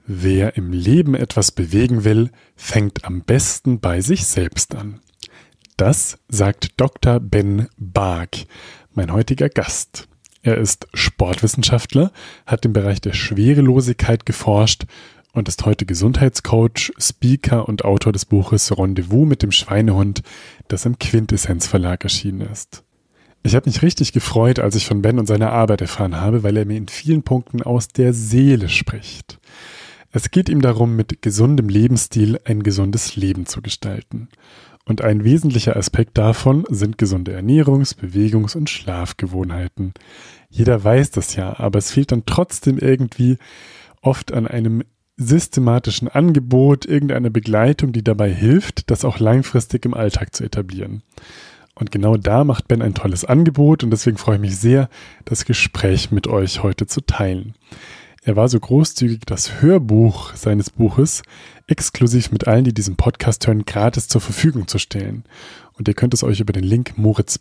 Wer im Leben etwas bewegen will, fängt am besten bei sich selbst an. Das sagt Dr. Ben Bark, mein heutiger Gast. Er ist Sportwissenschaftler, hat im Bereich der Schwerelosigkeit geforscht und ist heute Gesundheitscoach, Speaker und Autor des Buches Rendezvous mit dem Schweinehund, das im Quintessenz Verlag erschienen ist. Ich habe mich richtig gefreut, als ich von Ben und seiner Arbeit erfahren habe, weil er mir in vielen Punkten aus der Seele spricht. Es geht ihm darum, mit gesundem Lebensstil ein gesundes Leben zu gestalten. Und ein wesentlicher Aspekt davon sind gesunde Ernährungs-, Bewegungs- und Schlafgewohnheiten. Jeder weiß das ja, aber es fehlt dann trotzdem irgendwie oft an einem systematischen Angebot, irgendeiner Begleitung, die dabei hilft, das auch langfristig im Alltag zu etablieren. Und genau da macht Ben ein tolles Angebot und deswegen freue ich mich sehr, das Gespräch mit euch heute zu teilen. Er war so großzügig, das Hörbuch seines Buches exklusiv mit allen, die diesen Podcast hören, gratis zur Verfügung zu stellen. Und ihr könnt es euch über den Link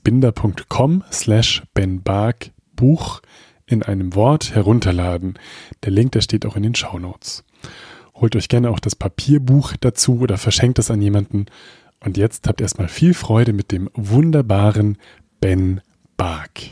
moritzbinder.com/benbark Buch in einem Wort herunterladen. Der Link, der steht auch in den Shownotes. Holt euch gerne auch das Papierbuch dazu oder verschenkt es an jemanden. Und jetzt habt erstmal viel Freude mit dem wunderbaren Ben Bark.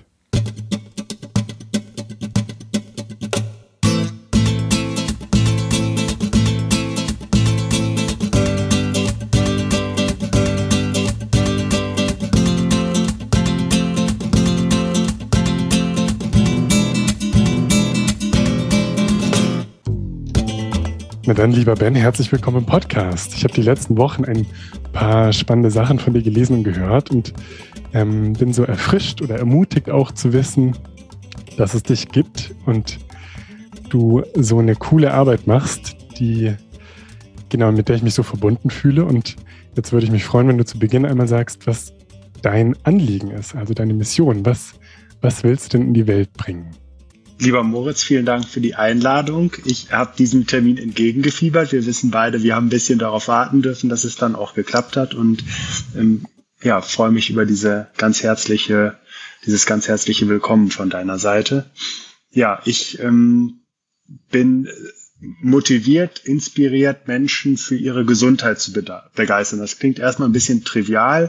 Na dann, lieber Ben, herzlich willkommen im Podcast. Ich habe die letzten Wochen ein paar spannende Sachen von dir gelesen und gehört und bin so erfrischt oder ermutigt auch zu wissen, dass es dich gibt und du so eine coole Arbeit machst, mit der ich mich so verbunden fühle. Und jetzt würde ich mich freuen, wenn du zu Beginn einmal sagst, was dein Anliegen ist, also deine Mission. Was willst du denn in die Welt bringen? Lieber Moritz, vielen Dank für die Einladung. Ich habe diesem Termin entgegengefiebert. Wir wissen beide, wir haben ein bisschen darauf warten dürfen, dass es dann auch geklappt hat und freue mich über dieses ganz herzliche Willkommen von deiner Seite. Ja, ich bin motiviert, inspiriert, Menschen für ihre Gesundheit zu begeistern. Das klingt erstmal ein bisschen trivial,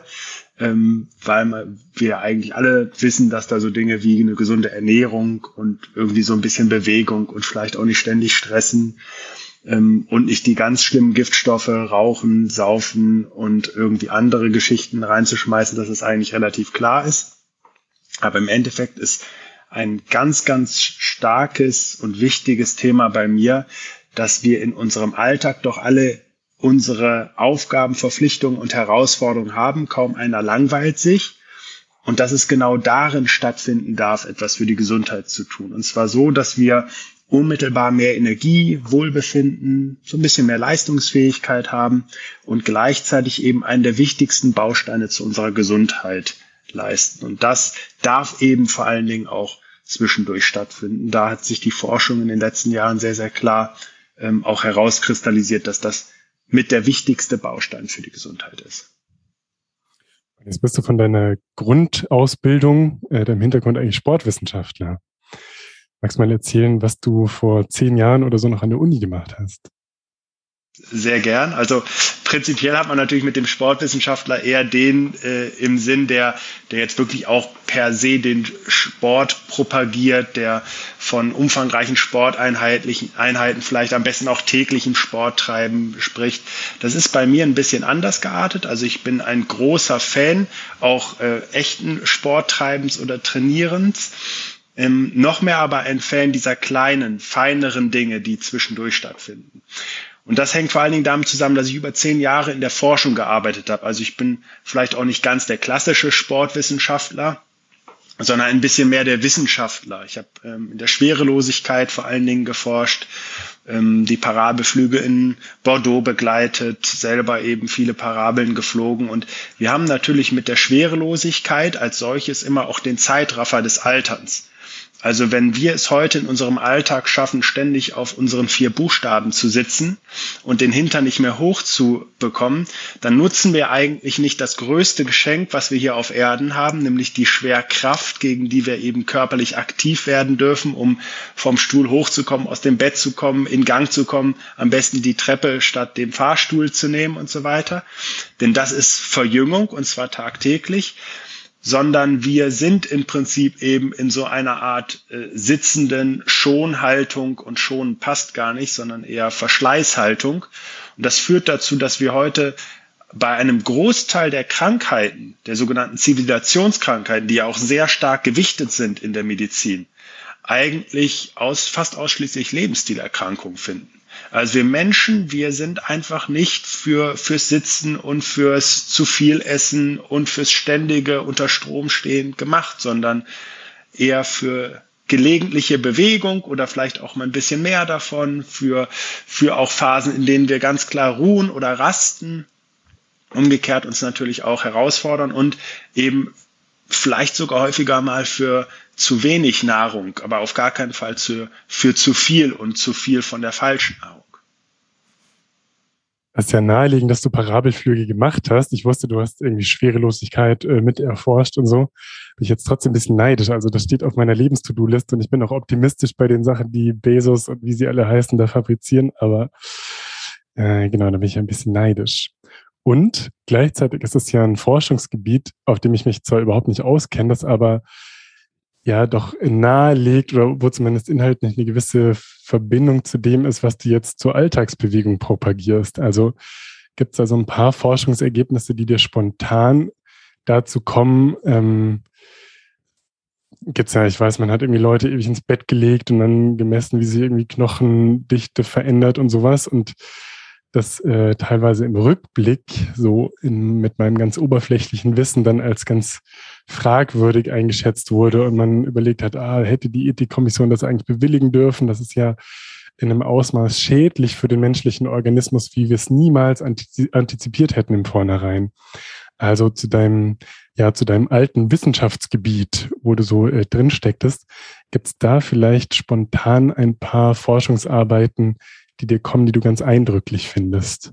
weil wir eigentlich alle wissen, dass da so Dinge wie eine gesunde Ernährung und irgendwie so ein bisschen Bewegung und vielleicht auch nicht ständig stressen und nicht die ganz schlimmen Giftstoffe, Rauchen, Saufen und irgendwie andere Geschichten reinzuschmeißen, dass es eigentlich relativ klar ist. Aber im Endeffekt ist ein ganz, ganz starkes und wichtiges Thema bei mir, dass wir in unserem Alltag doch alle unsere Aufgaben, Verpflichtungen und Herausforderungen haben. Kaum einer langweilt sich. Und dass es genau darin stattfinden darf, etwas für die Gesundheit zu tun. Und zwar so, dass wir unmittelbar mehr Energie, Wohlbefinden, so ein bisschen mehr Leistungsfähigkeit haben und gleichzeitig eben einen der wichtigsten Bausteine zu unserer Gesundheit leisten. Und das darf eben vor allen Dingen auch zwischendurch stattfinden. Da hat sich die Forschung in den letzten Jahren sehr, sehr klar auch herauskristallisiert, dass das mit der wichtigste Baustein für die Gesundheit ist. Jetzt bist du von deiner Grundausbildung, deinem Hintergrund eigentlich Sportwissenschaftler. Magst du mal erzählen, was du vor 10 Jahren oder so noch an der Uni gemacht hast? Sehr gern. Also prinzipiell hat man natürlich mit dem Sportwissenschaftler eher den im Sinn, der jetzt wirklich auch per se den Sport propagiert, der von umfangreichen Sporteinheiten vielleicht am besten auch täglichem Sporttreiben spricht. Das ist bei mir ein bisschen anders geartet. Also ich bin ein großer Fan auch echten Sporttreibens oder Trainierens. Noch mehr aber ein Fan dieser kleinen, feineren Dinge, die zwischendurch stattfinden. Und das hängt vor allen Dingen damit zusammen, dass ich über 10 Jahre in der Forschung gearbeitet habe. Also ich bin vielleicht auch nicht ganz der klassische Sportwissenschaftler, sondern ein bisschen mehr der Wissenschaftler. Ich habe in der Schwerelosigkeit vor allen Dingen geforscht, die Parabelflüge in Bordeaux begleitet, selber eben viele Parabeln geflogen. Und wir haben natürlich mit der Schwerelosigkeit als solches immer auch den Zeitraffer des Alterns. Also wenn wir es heute in unserem Alltag schaffen, ständig auf unseren 4 Buchstaben zu sitzen und den Hintern nicht mehr hoch zu bekommen, dann nutzen wir eigentlich nicht das größte Geschenk, was wir hier auf Erden haben, nämlich die Schwerkraft, gegen die wir eben körperlich aktiv werden dürfen, um vom Stuhl hochzukommen, aus dem Bett zu kommen, in Gang zu kommen, am besten die Treppe statt dem Fahrstuhl zu nehmen und so weiter. Denn das ist Verjüngung, und zwar tagtäglich. Sondern wir sind im Prinzip eben in so einer Art sitzenden Schonhaltung, und Schonen passt gar nicht, sondern eher Verschleißhaltung. Und das führt dazu, dass wir heute bei einem Großteil der Krankheiten, der sogenannten Zivilisationskrankheiten, die ja auch sehr stark gewichtet sind in der Medizin, eigentlich fast ausschließlich Lebensstilerkrankungen finden. Also wir Menschen, wir sind einfach nicht fürs Sitzen und fürs zu viel Essen und fürs ständige unter Strom stehen gemacht, sondern eher für gelegentliche Bewegung oder vielleicht auch mal ein bisschen mehr davon, für auch Phasen, in denen wir ganz klar ruhen oder rasten, umgekehrt uns natürlich auch herausfordern und eben vielleicht sogar häufiger mal für zu wenig Nahrung, aber auf gar keinen Fall für zu viel und zu viel von der falschen Nahrung. Das ist ja naheliegend, dass du Parabelflüge gemacht hast. Ich wusste, du hast irgendwie Schwerelosigkeit mit erforscht und so. Bin ich jetzt trotzdem ein bisschen neidisch. Also das steht auf meiner Lebens-To-Do-Liste und ich bin auch optimistisch bei den Sachen, die Bezos und wie sie alle heißen, da fabrizieren. Aber genau, da bin ich ein bisschen neidisch. Und gleichzeitig ist es ja ein Forschungsgebiet, auf dem ich mich zwar überhaupt nicht auskenne, das aber ja doch nahelegt oder wo zumindest inhaltlich eine gewisse Verbindung zu dem ist, was du jetzt zur Alltagsbewegung propagierst. Also gibt es da so ein paar Forschungsergebnisse, die dir spontan dazu kommen? Gibt's ja, ich weiß, man hat irgendwie Leute ewig ins Bett gelegt und dann gemessen, wie sie irgendwie Knochendichte verändert und sowas, und das teilweise im Rückblick so mit meinem ganz oberflächlichen Wissen dann als ganz fragwürdig eingeschätzt wurde und man überlegt hat, hätte die Ethikkommission das eigentlich bewilligen dürfen? Das ist ja in einem Ausmaß schädlich für den menschlichen Organismus, wie wir es niemals antizipiert hätten im Vornherein. Also zu deinem alten Wissenschaftsgebiet, wo du so drin stecktest, gibt es da vielleicht spontan ein paar Forschungsarbeiten, die dir kommen, die du ganz eindrücklich findest?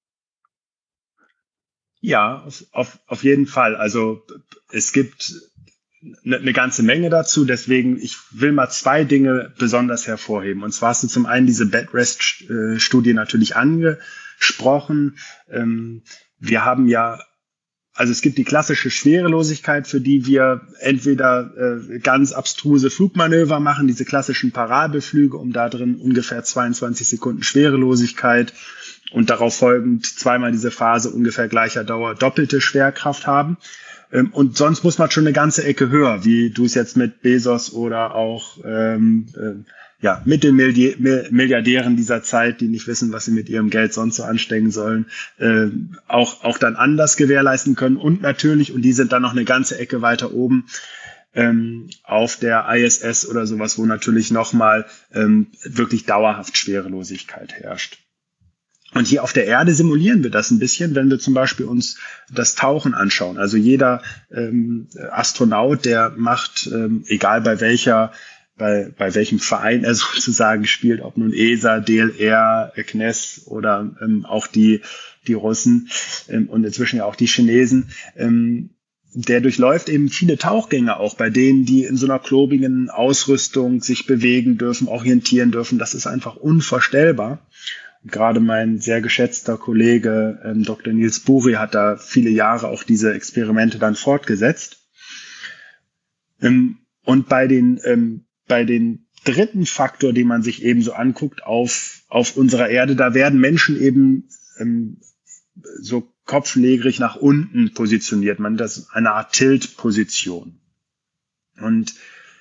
Ja, auf jeden Fall. Also es gibt eine ganze Menge dazu. Deswegen, ich will mal 2 Dinge besonders hervorheben. Und zwar hast du zum einen diese Bed-Rest-Studie natürlich angesprochen. Wir haben ja, also es gibt die klassische Schwerelosigkeit, für die wir entweder ganz abstruse Flugmanöver machen, diese klassischen Parabelflüge, um da drin ungefähr 22 Sekunden Schwerelosigkeit und darauf folgend zweimal diese Phase ungefähr gleicher Dauer doppelte Schwerkraft haben. Und sonst muss man schon eine ganze Ecke höher, wie du es jetzt mit Bezos oder auch mit den Milliardären dieser Zeit, die nicht wissen, was sie mit ihrem Geld sonst so anstecken sollen, auch dann anders gewährleisten können. Und natürlich, und die sind dann noch eine ganze Ecke weiter oben, auf der ISS oder sowas, wo natürlich nochmal wirklich dauerhaft Schwerelosigkeit herrscht. Und hier auf der Erde simulieren wir das ein bisschen, wenn wir zum Beispiel uns das Tauchen anschauen. Also jeder Astronaut, der macht, egal bei welchem Verein er sozusagen spielt, ob nun ESA, DLR, CNES oder auch die Russen und inzwischen ja auch die Chinesen, der durchläuft eben viele Tauchgänge auch, bei denen die in so einer klobigen Ausrüstung sich bewegen dürfen, orientieren dürfen. Das ist einfach unvorstellbar. Gerade mein sehr geschätzter Kollege Dr. Niels Buri hat da viele Jahre auch diese Experimente dann fortgesetzt. Und bei den dritten Faktor, den man sich eben so anguckt auf unserer Erde, da werden Menschen eben so kopflegrig nach unten positioniert. Das ist eine Art Tilt-Position. Und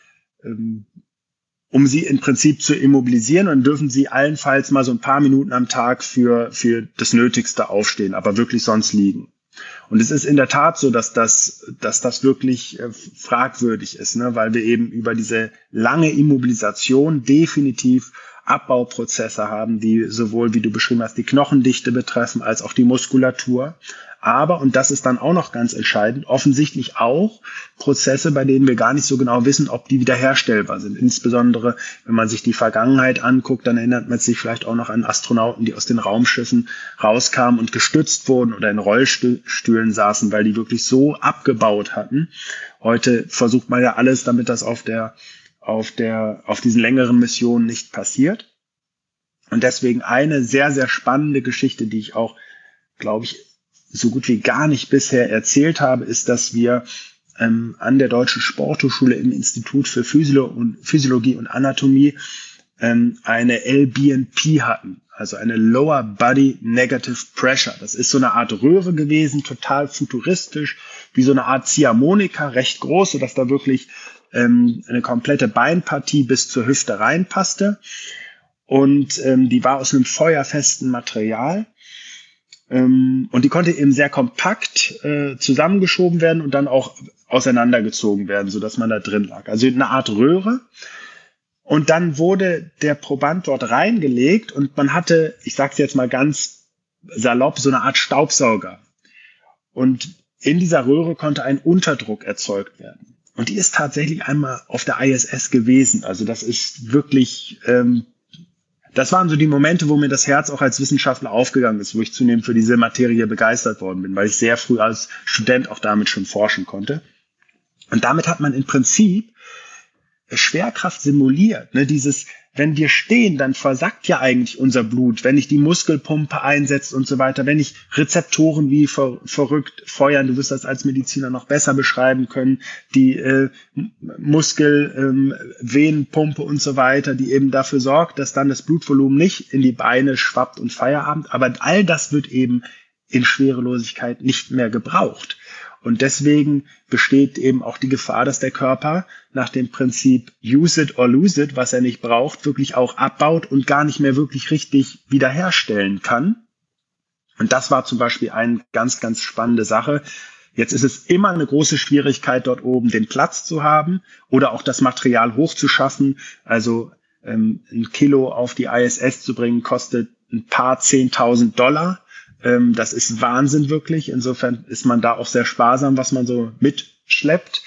um sie im Prinzip zu immobilisieren, und dürfen sie allenfalls mal so ein paar Minuten am Tag für das Nötigste aufstehen, aber wirklich sonst liegen. Und es ist in der Tat so, dass das wirklich fragwürdig ist, ne? Weil wir eben über diese lange Immobilisation definitiv Abbauprozesse haben, die sowohl, wie du beschrieben hast, die Knochendichte betreffen, als auch die Muskulatur, Aber, und das ist dann auch noch ganz entscheidend, offensichtlich auch Prozesse, bei denen wir gar nicht so genau wissen, ob die wiederherstellbar sind. Insbesondere, wenn man sich die Vergangenheit anguckt, dann erinnert man sich vielleicht auch noch an Astronauten, die aus den Raumschiffen rauskamen und gestützt wurden oder in Rollstühlen saßen, weil die wirklich so abgebaut hatten. Heute versucht man ja alles, damit das auf diesen längeren Missionen nicht passiert. Und deswegen eine sehr, sehr spannende Geschichte, die ich auch, glaube ich, so gut wie gar nicht bisher erzählt habe, ist, dass wir an der Deutschen Sporthochschule im Institut für Physiologie und Anatomie eine LBNP hatten, also eine Lower Body Negative Pressure. Das ist so eine Art Röhre gewesen, total futuristisch, wie so eine Art Ziehharmonika, recht groß, sodass da wirklich eine komplette Beinpartie bis zur Hüfte reinpasste. Und die war aus einem feuerfesten Material. Und die konnte eben sehr kompakt zusammengeschoben werden und dann auch auseinandergezogen werden, sodass man da drin lag. Also eine Art Röhre. Und dann wurde der Proband dort reingelegt und man hatte, ich sage es jetzt mal ganz salopp, so eine Art Staubsauger. Und in dieser Röhre konnte ein Unterdruck erzeugt werden. Und die ist tatsächlich einmal auf der ISS gewesen. Also das ist wirklich, das waren so die Momente, wo mir das Herz auch als Wissenschaftler aufgegangen ist, wo ich zunehmend für diese Materie begeistert worden bin, weil ich sehr früh als Student auch damit schon forschen konnte. Und damit hat man im Prinzip Schwerkraft simuliert. Ne? Wenn wir stehen, dann versackt ja eigentlich unser Blut, wenn ich die Muskelpumpe einsetze und so weiter, wenn ich Rezeptoren wie verrückt feuern, du wirst das als Mediziner noch besser beschreiben können, die Venenpumpe und so weiter, die eben dafür sorgt, dass dann das Blutvolumen nicht in die Beine schwappt und Feierabend, aber all das wird eben in Schwerelosigkeit nicht mehr gebraucht. Und deswegen besteht eben auch die Gefahr, dass der Körper nach dem Prinzip use it or lose it, was er nicht braucht, wirklich auch abbaut und gar nicht mehr wirklich richtig wiederherstellen kann. Und das war zum Beispiel eine ganz, ganz spannende Sache. Jetzt ist es immer eine große Schwierigkeit, dort oben den Platz zu haben oder auch das Material hochzuschaffen. Also ein Kilo auf die ISS zu bringen, kostet ein paar 10.000 $. Das ist Wahnsinn wirklich. Insofern ist man da auch sehr sparsam, was man so mitschleppt.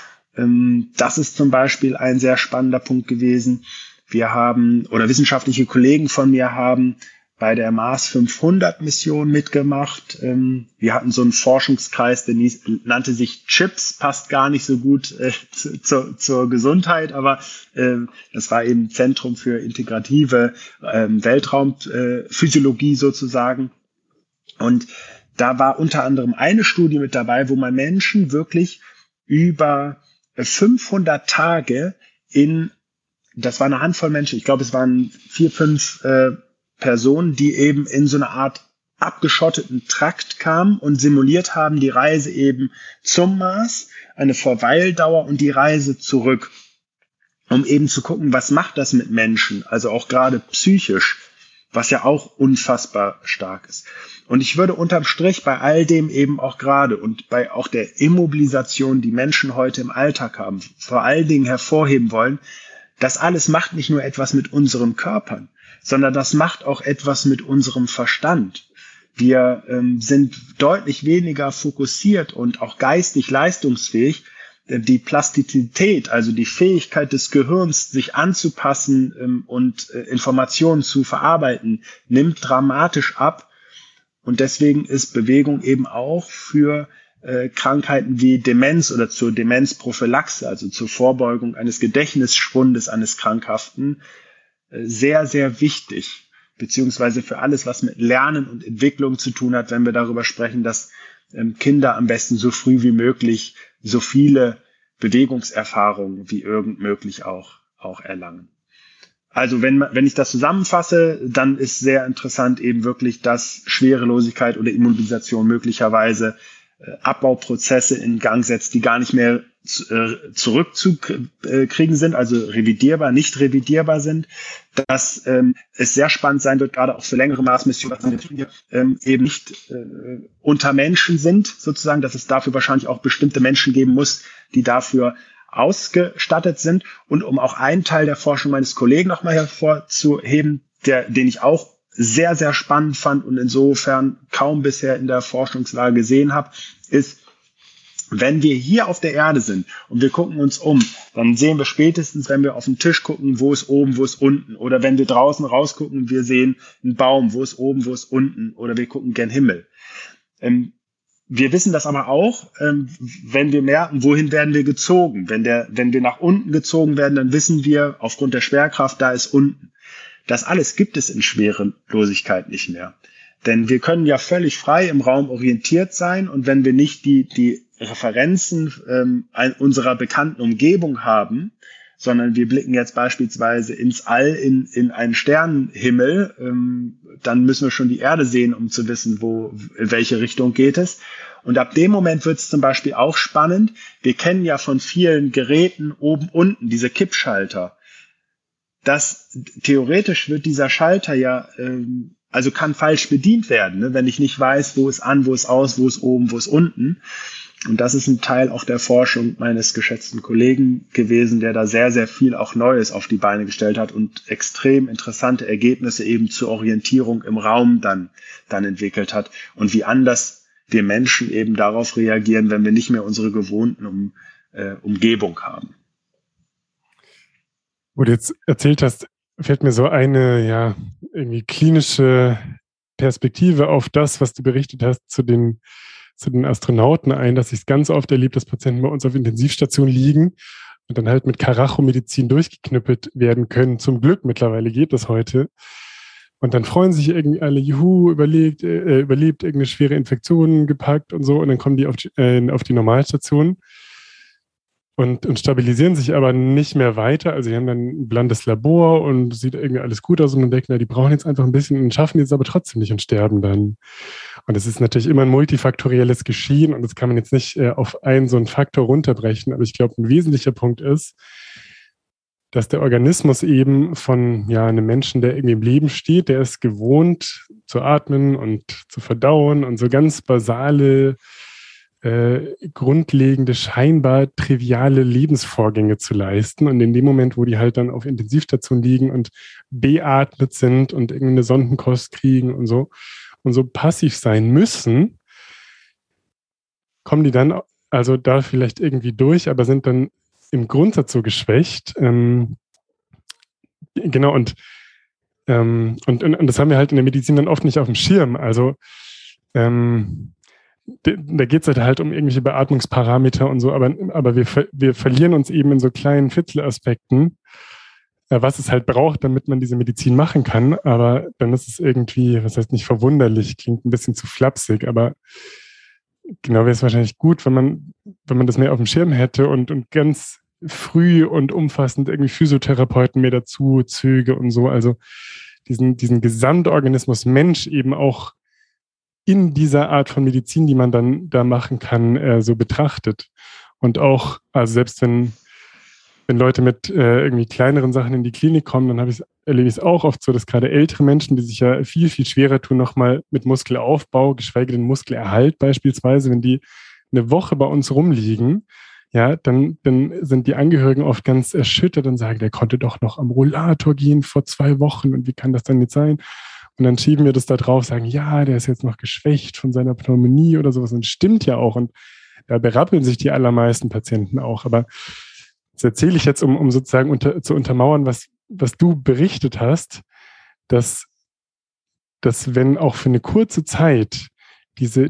Das ist zum Beispiel ein sehr spannender Punkt gewesen. Wir haben, oder wissenschaftliche Kollegen von mir haben bei der Mars 500 Mission mitgemacht. Wir hatten so einen Forschungskreis, der nannte sich CHIPS, passt gar nicht so gut zur Gesundheit, aber das war eben Zentrum für integrative Weltraumphysiologie sozusagen. Und da war unter anderem eine Studie mit dabei, wo man Menschen wirklich über 500 Tage das war eine Handvoll Menschen, ich glaube, es waren 4, 5 Personen, die eben in so eine Art abgeschotteten Trakt kamen und simuliert haben die Reise eben zum Mars, eine Verweildauer und die Reise zurück, um eben zu gucken, was macht das mit Menschen, also auch gerade psychisch, was ja auch unfassbar stark ist. Und ich würde unterm Strich bei all dem eben auch gerade und bei auch der Immobilisation, die Menschen heute im Alltag haben, vor allen Dingen hervorheben wollen, das alles macht nicht nur etwas mit unseren Körpern, sondern das macht auch etwas mit unserem Verstand. Wir sind deutlich weniger fokussiert und auch geistig leistungsfähig. Die Plastizität, also die Fähigkeit des Gehirns, sich anzupassen und Informationen zu verarbeiten, nimmt dramatisch ab. Und deswegen ist Bewegung eben auch für Krankheiten wie Demenz oder zur Demenzprophylaxe, also zur Vorbeugung eines Gedächtnisschwundes, eines Krankhaften, sehr, sehr wichtig. Beziehungsweise für alles, was mit Lernen und Entwicklung zu tun hat, wenn wir darüber sprechen, dass Kinder am besten so früh wie möglich so viele Bewegungserfahrungen wie irgend möglich auch erlangen. Also wenn ich das zusammenfasse, dann ist sehr interessant eben wirklich, dass Schwerelosigkeit oder Immobilisation möglicherweise Abbauprozesse in Gang setzt, die gar nicht mehr zurückzukriegen sind, also revidierbar, nicht revidierbar sind, dass es sehr spannend sein wird, gerade auch für längere Mars-Missionen, eben nicht unter Menschen sind, sozusagen, dass es dafür wahrscheinlich auch bestimmte Menschen geben muss, die dafür ausgestattet sind. Und um auch einen Teil der Forschung meines Kollegen nochmal hervorzuheben, den ich auch sehr, sehr spannend fand und insofern kaum bisher in der Forschungslage gesehen habe, ist, wenn wir hier auf der Erde sind und wir gucken uns um, dann sehen wir spätestens, wenn wir auf den Tisch gucken, wo ist oben, wo ist unten. Oder wenn wir draußen rausgucken, wir sehen einen Baum, wo ist oben, wo ist unten. Oder wir gucken gen Himmel. Wir wissen das aber auch, wenn wir merken, wohin werden wir gezogen. Wenn wir nach unten gezogen werden, dann wissen wir, aufgrund der Schwerkraft, da ist unten. Das alles gibt es in Schwerelosigkeit nicht mehr. Denn wir können ja völlig frei im Raum orientiert sein und wenn wir nicht die Referenzen unserer bekannten Umgebung haben, sondern wir blicken jetzt beispielsweise ins All in einen Sternenhimmel, dann müssen wir schon die Erde sehen, um zu wissen, in welche Richtung geht es. Und ab dem Moment wird es zum Beispiel auch spannend. Wir kennen ja von vielen Geräten oben, unten diese Kippschalter. Theoretisch wird dieser Schalter ja also kann falsch bedient werden, ne? Wenn ich nicht weiß, wo ist an, wo ist aus, wo ist oben, wo ist unten. Und das ist ein Teil auch der Forschung meines geschätzten Kollegen gewesen, der da sehr, sehr viel auch Neues auf die Beine gestellt hat und extrem interessante Ergebnisse eben zur Orientierung im Raum dann entwickelt hat und wie anders wir Menschen eben darauf reagieren, wenn wir nicht mehr unsere gewohnten Umgebung haben. Wo du jetzt erzählt hast, fällt mir so eine, irgendwie klinische Perspektive auf das, was du berichtet hast zu den Astronauten ein, dass ich es ganz oft erlebt, dass Patienten bei uns auf Intensivstationen liegen und dann halt mit Karacho-Medizin durchgeknüppelt werden können. Zum Glück mittlerweile geht das heute. Und dann freuen sich irgendwie alle, juhu, überlebt irgendeine schwere Infektion gepackt und so und dann kommen die auf die Normalstation. Und stabilisieren sich aber nicht mehr weiter. Also die haben dann ein blandes Labor und sieht irgendwie alles gut aus und man denkt, die brauchen jetzt einfach ein bisschen und schaffen es aber trotzdem nicht und sterben dann. Und es ist natürlich immer ein multifaktorielles Geschehen und das kann man jetzt nicht auf einen so einen Faktor runterbrechen. Aber ich glaube, ein wesentlicher Punkt ist, dass der Organismus eben von einem Menschen, der irgendwie im Leben steht, der ist gewohnt zu atmen und zu verdauen und so ganz basale grundlegende, scheinbar triviale Lebensvorgänge zu leisten. Und in dem Moment, wo die halt dann auf Intensivstation liegen und beatmet sind und irgendeine Sondenkost kriegen und so passiv sein müssen, kommen die dann also da vielleicht irgendwie durch, aber sind dann im Grundsatz so geschwächt. Genau, und das haben wir halt in der Medizin dann oft nicht auf dem Schirm. Also da geht es halt um irgendwelche Beatmungsparameter und so, aber wir verlieren uns eben in so kleinen Fitzelaspekten, was es halt braucht, damit man diese Medizin machen kann. Aber dann ist es irgendwie, was heißt nicht verwunderlich, klingt ein bisschen zu flapsig, aber genau wäre es wahrscheinlich gut, wenn man das mehr auf dem Schirm hätte und ganz früh und umfassend irgendwie Physiotherapeuten mehr dazu zöge und so. Also diesen Gesamtorganismus Mensch eben auch in dieser Art von Medizin, die man dann da machen kann, so betrachtet. Und auch, also selbst wenn Leute mit irgendwie kleineren Sachen in die Klinik kommen, dann erlebe ich es auch oft so, dass gerade ältere Menschen, die sich ja viel, viel schwerer tun, nochmal mit Muskelaufbau, geschweige denn Muskelerhalt beispielsweise, wenn die eine Woche bei uns rumliegen, dann sind die Angehörigen oft ganz erschüttert und sagen, der konnte doch noch am Rollator gehen vor 2 Wochen und wie kann das dann jetzt sein? Und dann schieben wir das da drauf, sagen, der ist jetzt noch geschwächt von seiner Pneumonie oder sowas. Und stimmt ja auch. Und da berappeln sich die allermeisten Patienten auch. Aber das erzähle ich jetzt, um sozusagen zu untermauern, was du berichtet hast, dass wenn auch für eine kurze Zeit diese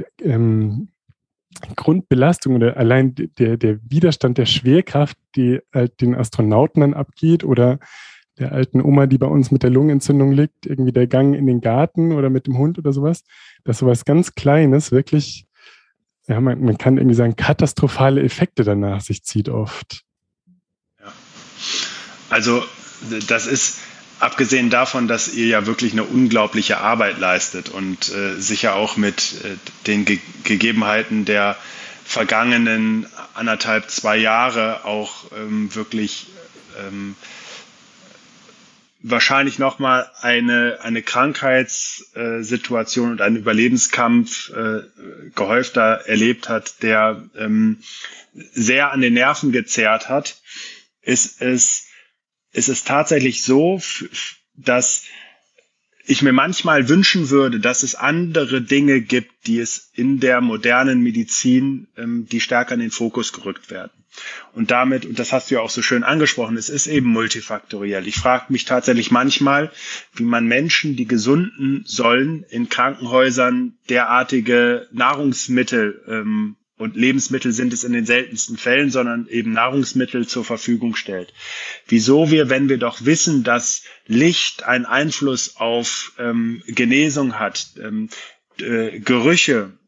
Grundbelastung oder allein der Widerstand der Schwerkraft, die halt den Astronauten dann abgeht oder der alten Oma, die bei uns mit der Lungenentzündung liegt, irgendwie der Gang in den Garten oder mit dem Hund oder sowas, dass sowas ganz Kleines wirklich, man kann irgendwie sagen, katastrophale Effekte danach sich zieht oft. Ja. Also das ist, abgesehen davon, dass ihr ja wirklich eine unglaubliche Arbeit leistet und sicher auch mit den Gegebenheiten der vergangenen 1,5-2 Jahre auch wirklich wahrscheinlich nochmal eine Krankheitssituation und einen Überlebenskampf gehäufter erlebt hat, der sehr an den Nerven gezerrt hat, ist es tatsächlich so, dass ich mir manchmal wünschen würde, dass es andere Dinge gibt, die es in der modernen Medizin, die stärker in den Fokus gerückt werden. Und damit, und das hast du ja auch so schön angesprochen, es ist eben multifaktoriell. Ich frage mich tatsächlich manchmal, wie man Menschen, die gesunden sollen, in Krankenhäusern derartige Nahrungsmittel, und Lebensmittel sind es in den seltensten Fällen, sondern eben Nahrungsmittel zur Verfügung stellt. Wieso wir, wenn wir doch wissen, dass Licht einen Einfluss auf Genesung hat, Gerüche,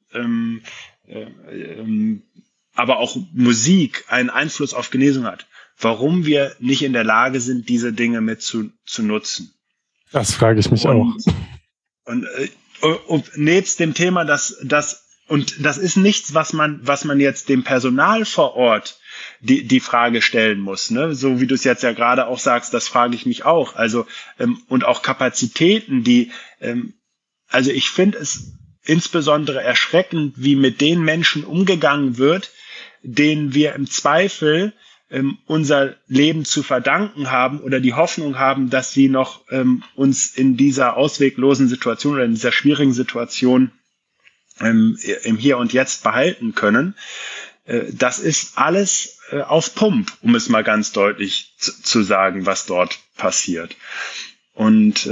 aber auch Musik einen Einfluss auf Genesung hat, warum wir nicht in der Lage sind, diese Dinge mit zu nutzen. Das frage ich mich auch. Und nebst dem Thema, und das ist nichts, was man jetzt dem Personal vor Ort die Frage stellen muss, ne? So wie du es jetzt ja gerade auch sagst, das frage ich mich auch. Also und auch Kapazitäten, also ich finde es insbesondere erschreckend, wie mit den Menschen umgegangen wird, denen wir im Zweifel unser Leben zu verdanken haben oder die Hoffnung haben, dass sie noch uns in dieser ausweglosen Situation oder in dieser schwierigen Situation im Hier und Jetzt behalten können. Das ist alles auf Pump, um es mal ganz deutlich zu sagen, was dort passiert. Und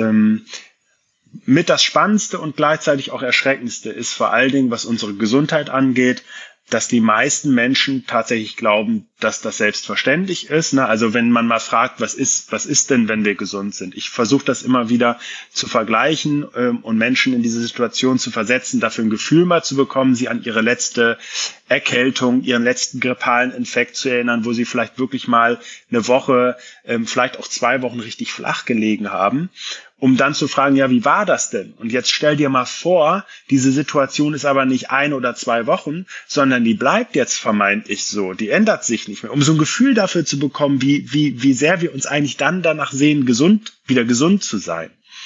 mit das Spannendste und gleichzeitig auch Erschreckendste ist vor allen Dingen, was unsere Gesundheit angeht, dass die meisten Menschen tatsächlich glauben, dass das selbstverständlich ist. Ne? Also wenn man mal fragt, was ist denn, wenn wir gesund sind? Ich versuche das immer wieder zu vergleichen und Menschen in diese Situation zu versetzen, dafür ein Gefühl mal zu bekommen, sie an ihre letzte Erkältung, ihren letzten grippalen Infekt zu erinnern, wo sie vielleicht wirklich mal eine Woche, vielleicht auch 2 Wochen richtig flach gelegen haben, um dann zu fragen, ja, wie war das denn? Und jetzt stell dir mal vor, diese Situation ist aber nicht 1 oder 2 Wochen, sondern die bleibt jetzt vermeintlich so, die ändert sich nicht mehr. Um so ein Gefühl dafür zu bekommen, wie sehr wir uns eigentlich dann danach sehen, wieder gesund zu sein.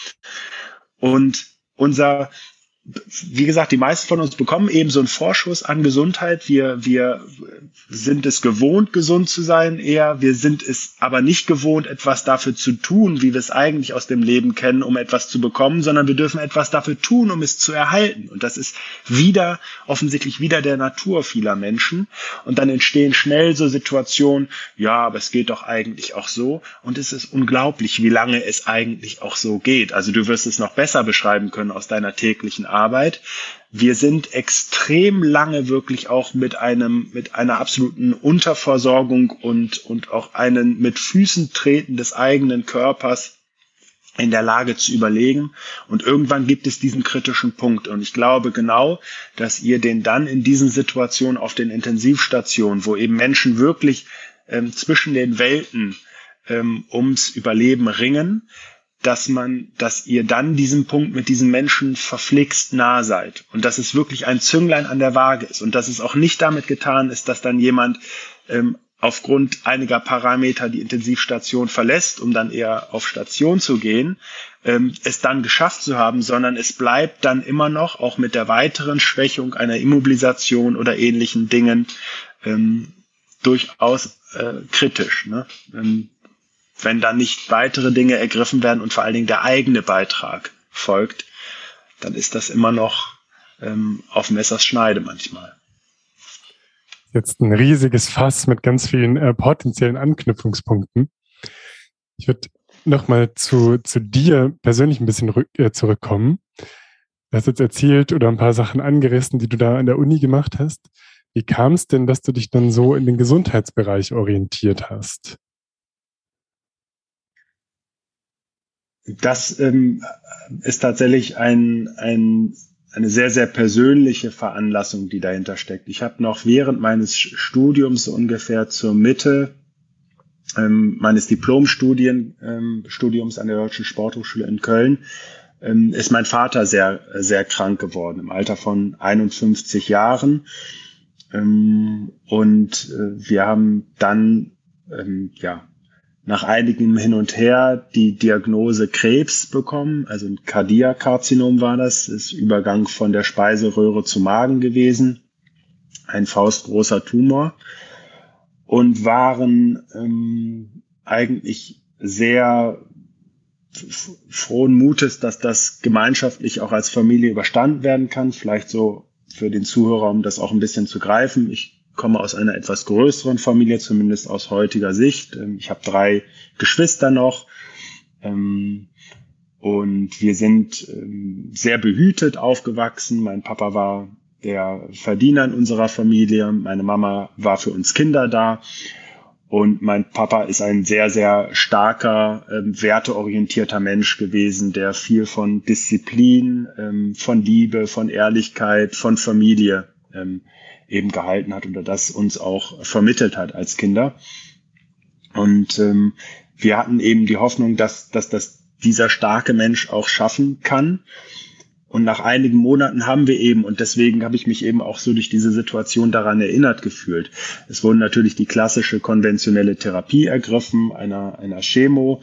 Und wie gesagt, die meisten von uns bekommen eben so einen Vorschuss an Gesundheit. Wir sind es gewohnt, gesund zu sein eher. Wir sind es aber nicht gewohnt, etwas dafür zu tun, wie wir es eigentlich aus dem Leben kennen, um etwas zu bekommen, sondern wir dürfen etwas dafür tun, um es zu erhalten. Und das ist offensichtlich wieder der Natur vieler Menschen. Und dann entstehen schnell so Situationen, ja, aber es geht doch eigentlich auch so. Und es ist unglaublich, wie lange es eigentlich auch so geht. Also du wirst es noch besser beschreiben können aus deiner täglichen Arbeit. Wir sind extrem lange wirklich auch mit einer absoluten Unterversorgung und auch einen mit Füßen treten des eigenen Körpers in der Lage zu überlegen. Und irgendwann gibt es diesen kritischen Punkt. Und ich glaube genau, dass ihr den dann in diesen Situationen auf den Intensivstationen, wo eben Menschen wirklich zwischen den Welten ums Überleben ringen, dass ihr dann diesem Punkt mit diesen Menschen verflixt nah seid und dass es wirklich ein Zünglein an der Waage ist und dass es auch nicht damit getan ist, dass dann jemand aufgrund einiger Parameter die Intensivstation verlässt, um dann eher auf Station zu gehen, es dann geschafft zu haben, sondern es bleibt dann immer noch, auch mit der weiteren Schwächung einer Immobilisation oder ähnlichen Dingen, durchaus kritisch, ne? Wenn dann nicht weitere Dinge ergriffen werden und vor allen Dingen der eigene Beitrag folgt, dann ist das immer noch auf Messers Schneide manchmal. Jetzt ein riesiges Fass mit ganz vielen potenziellen Anknüpfungspunkten. Ich würde nochmal zu dir persönlich ein bisschen zurückkommen. Du hast jetzt erzählt oder ein paar Sachen angerissen, die du da an der Uni gemacht hast. Wie kam es denn, dass du dich dann so in den Gesundheitsbereich orientiert hast? Das ist tatsächlich eine sehr, sehr persönliche Veranlassung, die dahinter steckt. Ich habe noch während meines Studiums so ungefähr zur Mitte meines Diplomstudiums an der Deutschen Sporthochschule in Köln ist mein Vater sehr, sehr krank geworden, im Alter von 51 Jahren. Und wir haben dann nach einigem Hin und Her die Diagnose Krebs bekommen, also ein Kardiakkarzinom war das, ist Übergang von der Speiseröhre zum Magen gewesen, ein faustgroßer Tumor und waren eigentlich sehr frohen Mutes, dass das gemeinschaftlich auch als Familie überstanden werden kann. Vielleicht so für den Zuhörer, um das auch ein bisschen zu greifen. Ich komme aus einer etwas größeren Familie, zumindest aus heutiger Sicht. Ich habe 3 Geschwister noch. Und wir sind sehr behütet aufgewachsen. Mein Papa war der Verdiener in unserer Familie. Meine Mama war für uns Kinder da. Und mein Papa ist ein sehr, sehr starker, werteorientierter Mensch gewesen, der viel von Disziplin, von Liebe, von Ehrlichkeit, von Familie eben gehalten hat oder das uns auch vermittelt hat als Kinder. Und wir hatten eben die Hoffnung, dass das dieser starke Mensch auch schaffen kann. Und nach einigen Monaten haben wir eben, und deswegen habe ich mich eben auch so durch diese Situation daran erinnert gefühlt. Es wurde natürlich die klassische konventionelle Therapie ergriffen, einer Chemo.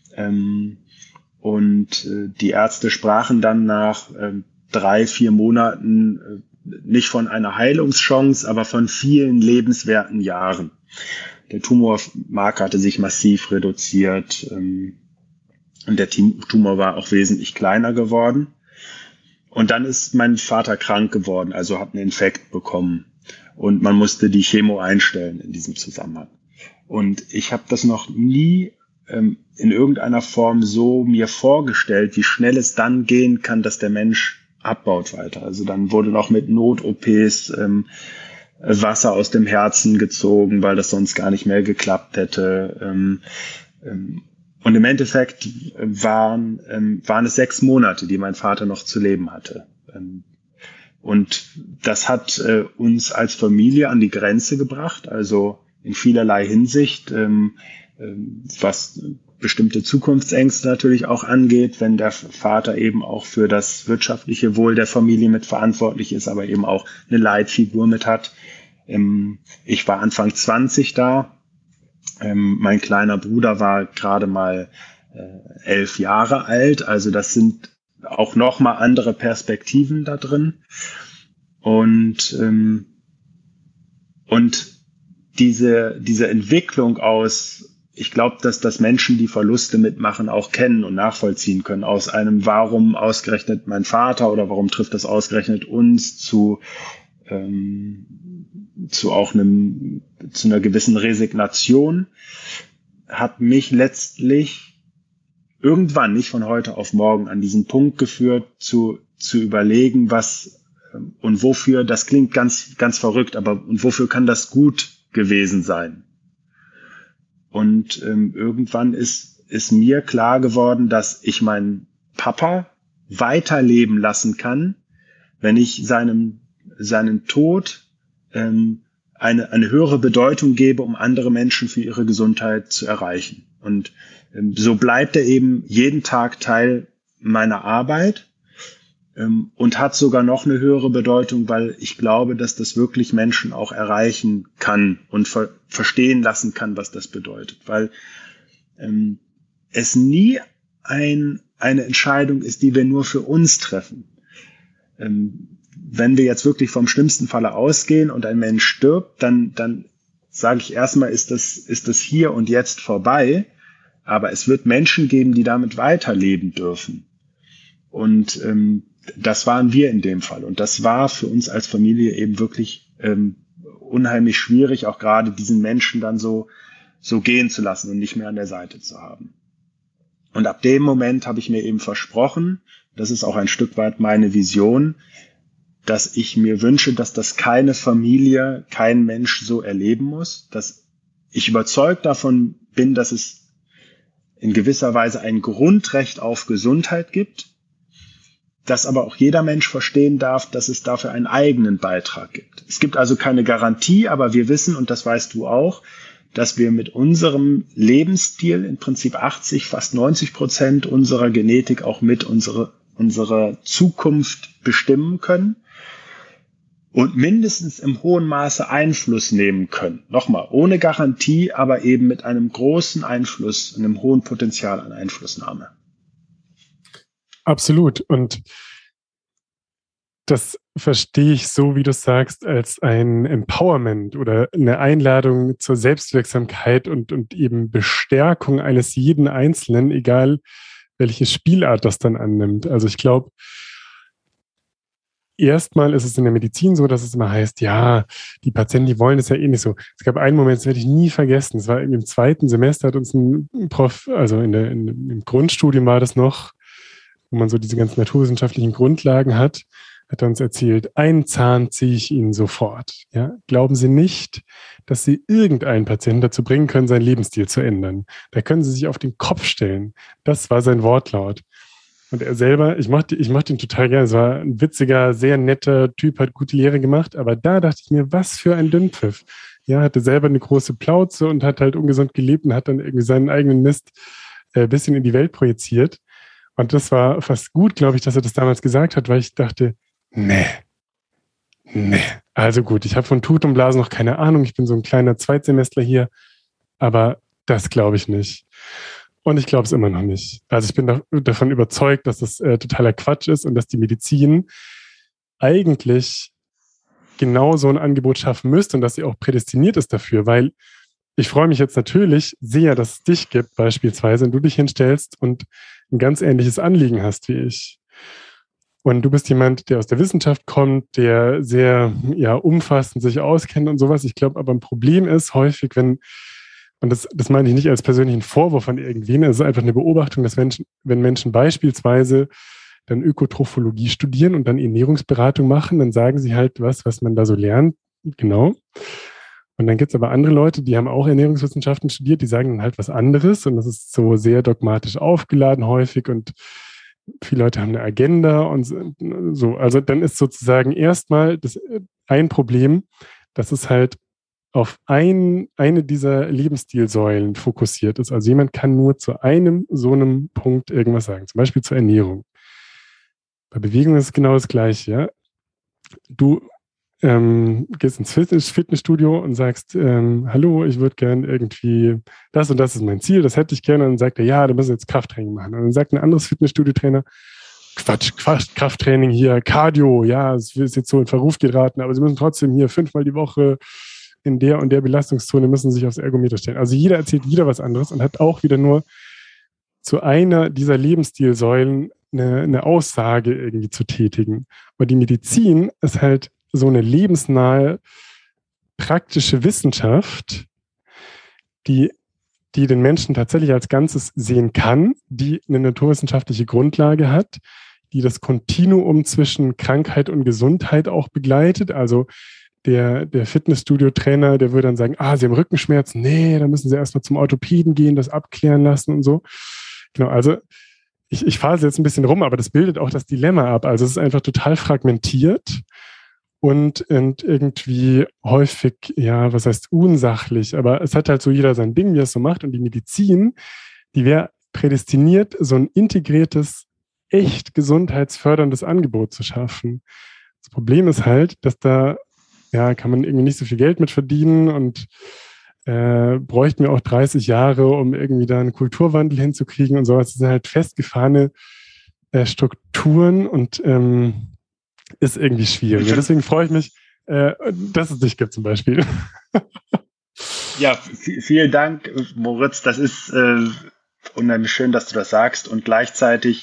Und die Ärzte sprachen dann nach 3-4 Monaten nicht von einer Heilungschance, aber von vielen lebenswerten Jahren. Der Tumormarker hatte sich massiv reduziert und der Tumor war auch wesentlich kleiner geworden. Und dann ist mein Vater krank geworden, also hat einen Infekt bekommen und man musste die Chemo einstellen in diesem Zusammenhang. Und ich habe das noch nie in irgendeiner Form so mir vorgestellt, wie schnell es dann gehen kann, dass der Mensch abbaut weiter. Also dann wurde noch mit Not-OPs Wasser aus dem Herzen gezogen, weil das sonst gar nicht mehr geklappt hätte. Und im Endeffekt waren es 6 Monate, die mein Vater noch zu leben hatte. Und das hat uns als Familie an die Grenze gebracht, also in vielerlei Hinsicht, was bestimmte Zukunftsängste natürlich auch angeht, wenn der Vater eben auch für das wirtschaftliche Wohl der Familie mit verantwortlich ist, aber eben auch eine Leitfigur mit hat. Ich war Anfang 20 da. Mein kleiner Bruder war gerade mal 11 Jahre alt, also das sind auch nochmal andere Perspektiven da drin. Und diese Entwicklung aus, ich glaube, dass das Menschen, die Verluste mitmachen, auch kennen und nachvollziehen können, aus einem warum ausgerechnet mein Vater oder warum trifft das ausgerechnet uns zu einer gewissen Resignation, hat mich letztlich irgendwann, nicht von heute auf morgen, an diesen Punkt geführt, zu überlegen, was und wofür, das klingt ganz, ganz verrückt, aber und wofür kann das gut gewesen sein? Und irgendwann ist mir klar geworden, dass ich meinen Papa weiterleben lassen kann, wenn ich seinen Tod eine höhere Bedeutung gebe, um andere Menschen für ihre Gesundheit zu erreichen. Und so bleibt er eben jeden Tag Teil meiner Arbeit und hat sogar noch eine höhere Bedeutung, weil ich glaube, dass das wirklich Menschen auch erreichen kann und verstehen lassen kann, was das bedeutet. Weil es nie eine Entscheidung ist, die wir nur für uns treffen. Wenn wir jetzt wirklich vom schlimmsten Falle ausgehen und ein Mensch stirbt, dann sage ich erstmal, ist das hier und jetzt vorbei. Aber es wird Menschen geben, die damit weiterleben dürfen. Und das waren wir in dem Fall. Und das war für uns als Familie eben wirklich unheimlich schwierig, auch gerade diesen Menschen dann so gehen zu lassen und nicht mehr an der Seite zu haben. Und ab dem Moment habe ich mir eben versprochen, das ist auch ein Stück weit meine Vision, dass ich mir wünsche, dass das keine Familie, kein Mensch so erleben muss, dass ich überzeugt davon bin, dass es in gewisser Weise ein Grundrecht auf Gesundheit gibt, dass aber auch jeder Mensch verstehen darf, dass es dafür einen eigenen Beitrag gibt. Es gibt also keine Garantie, aber wir wissen, und das weißt du auch, dass wir mit unserem Lebensstil im Prinzip 80, fast 90% unserer Genetik auch mit unsere Zukunft bestimmen können und mindestens im hohen Maße Einfluss nehmen können. Nochmal, ohne Garantie, aber eben mit einem großen Einfluss, einem hohen Potenzial an Einflussnahme. Absolut. Und das verstehe ich so, wie du sagst, als ein Empowerment oder eine Einladung zur Selbstwirksamkeit und eben Bestärkung eines jeden Einzelnen, egal welche Spielart das dann annimmt. Also ich glaube, erstmal ist es in der Medizin so, dass es immer heißt, ja, die Patienten, die wollen das ja eh nicht so. Es gab einen Moment, das werde ich nie vergessen. Es war im 2. Semester, hat uns ein Prof, also im Grundstudium war das noch, wo man so diese ganzen naturwissenschaftlichen Grundlagen hat er uns erzählt, einen Zahn ziehe ich Ihnen sofort. Ja? Glauben Sie nicht, dass Sie irgendeinen Patienten dazu bringen können, seinen Lebensstil zu ändern. Da können Sie sich auf den Kopf stellen. Das war sein Wortlaut. Und er selber, ich mochte ihn total gerne. Es war ein witziger, sehr netter Typ, hat gute Lehre gemacht. Aber da dachte ich mir, was für ein Dünnpfiff. Ja, hatte selber eine große Plauze und hat halt ungesund gelebt und hat dann irgendwie seinen eigenen Mist ein bisschen in die Welt projiziert. Und das war fast gut, glaube ich, dass er das damals gesagt hat, weil ich dachte, nee. Also gut, ich habe von Tut und Blasen noch keine Ahnung. Ich bin so ein kleiner Zweitsemestler hier. Aber das glaube ich nicht. Und ich glaube es immer noch nicht. Also ich bin davon überzeugt, dass das totaler Quatsch ist und dass die Medizin eigentlich genau so ein Angebot schaffen müsste und dass sie auch prädestiniert ist dafür, weil ich freue mich jetzt natürlich sehr, dass es dich gibt beispielsweise und du dich hinstellst und ein ganz ähnliches Anliegen hast wie ich. Und du bist jemand, der aus der Wissenschaft kommt, der sehr umfassend sich auskennt und sowas. Ich glaube aber ein Problem ist häufig, und das meine ich nicht als persönlichen Vorwurf an irgendwen, es ist einfach eine Beobachtung, dass wenn Menschen beispielsweise dann Ökotrophologie studieren und dann Ernährungsberatung machen, dann sagen sie halt was man da so lernt, genau. Und dann gibt es aber andere Leute, die haben auch Ernährungswissenschaften studiert, die sagen dann halt was anderes und das ist so sehr dogmatisch aufgeladen häufig und viele Leute haben eine Agenda und so. Also dann ist sozusagen erstmal ein Problem, dass es halt auf eine dieser Lebensstilsäulen fokussiert ist. Also jemand kann nur zu einem so einem Punkt irgendwas sagen, zum Beispiel zur Ernährung. Bei Bewegung ist es genau das Gleiche. Ja? Du gehst ins Fitnessstudio und sagst, hallo, ich würde gern irgendwie, das und das ist mein Ziel, das hätte ich gerne. Und dann sagt er, ja, du musst jetzt Krafttraining machen. Und dann sagt ein anderes Fitnessstudio-Trainer, Quatsch, Krafttraining hier, Cardio, ja, es ist jetzt so in Verruf geraten, aber sie müssen trotzdem hier 5-mal die Woche in der und der Belastungszone müssen sich aufs Ergometer stellen. Also jeder erzählt wieder was anderes und hat auch wieder nur zu einer dieser Lebensstilsäulen eine Aussage irgendwie zu tätigen. Und die Medizin ist halt so eine lebensnahe, praktische Wissenschaft, die den Menschen tatsächlich als Ganzes sehen kann, die eine naturwissenschaftliche Grundlage hat, die das Kontinuum zwischen Krankheit und Gesundheit auch begleitet. Also der Fitnessstudio-Trainer, der würde dann sagen, Sie haben Rückenschmerzen, nee, da müssen Sie erstmal zum Orthopäden gehen, das abklären lassen und so. Genau, also ich fahre jetzt ein bisschen rum, aber das bildet auch das Dilemma ab. Also es ist einfach total fragmentiert und irgendwie häufig, was heißt unsachlich, aber es hat halt so jeder sein Ding, wie er es so macht und die Medizin, die wäre prädestiniert, so ein integriertes, echt gesundheitsförderndes Angebot zu schaffen. Das Problem ist halt, dass da kann man irgendwie nicht so viel Geld mit verdienen und bräuchten wir auch 30 Jahre, um irgendwie da einen Kulturwandel hinzukriegen und sowas. Das sind halt festgefahrene Strukturen und ist irgendwie schwierig. Ja, deswegen freue ich mich, dass es dich gibt zum Beispiel. Ja, vielen Dank, Moritz. Das ist unheimlich schön, dass du das sagst und gleichzeitig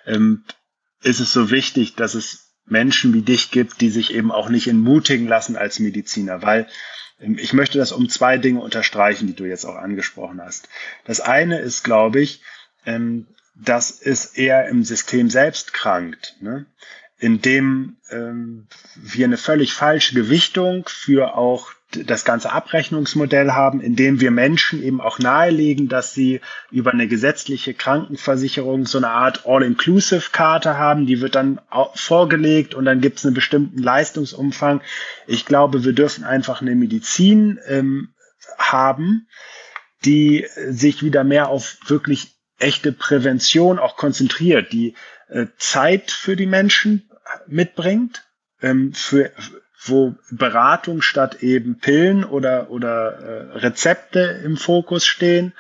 ist es so wichtig, dass es Menschen wie dich gibt, die sich eben auch nicht entmutigen lassen als Mediziner, weil ich möchte das um 2 Dinge unterstreichen, die du jetzt auch angesprochen hast. Das eine ist, glaube ich, dass es eher im System selbst krankt, ne? Indem wir eine völlig falsche Gewichtung für auch das ganze Abrechnungsmodell haben, indem wir Menschen eben auch nahelegen, dass sie über eine gesetzliche Krankenversicherung so eine Art All-Inclusive-Karte haben, die wird dann vorgelegt und dann gibt es einen bestimmten Leistungsumfang. Ich glaube, wir dürfen einfach eine Medizin haben, die sich wieder mehr auf wirklich echte Prävention auch konzentriert, die Zeit für die Menschen mitbringt, wo Beratung statt eben Pillen oder Rezepte im Fokus stehen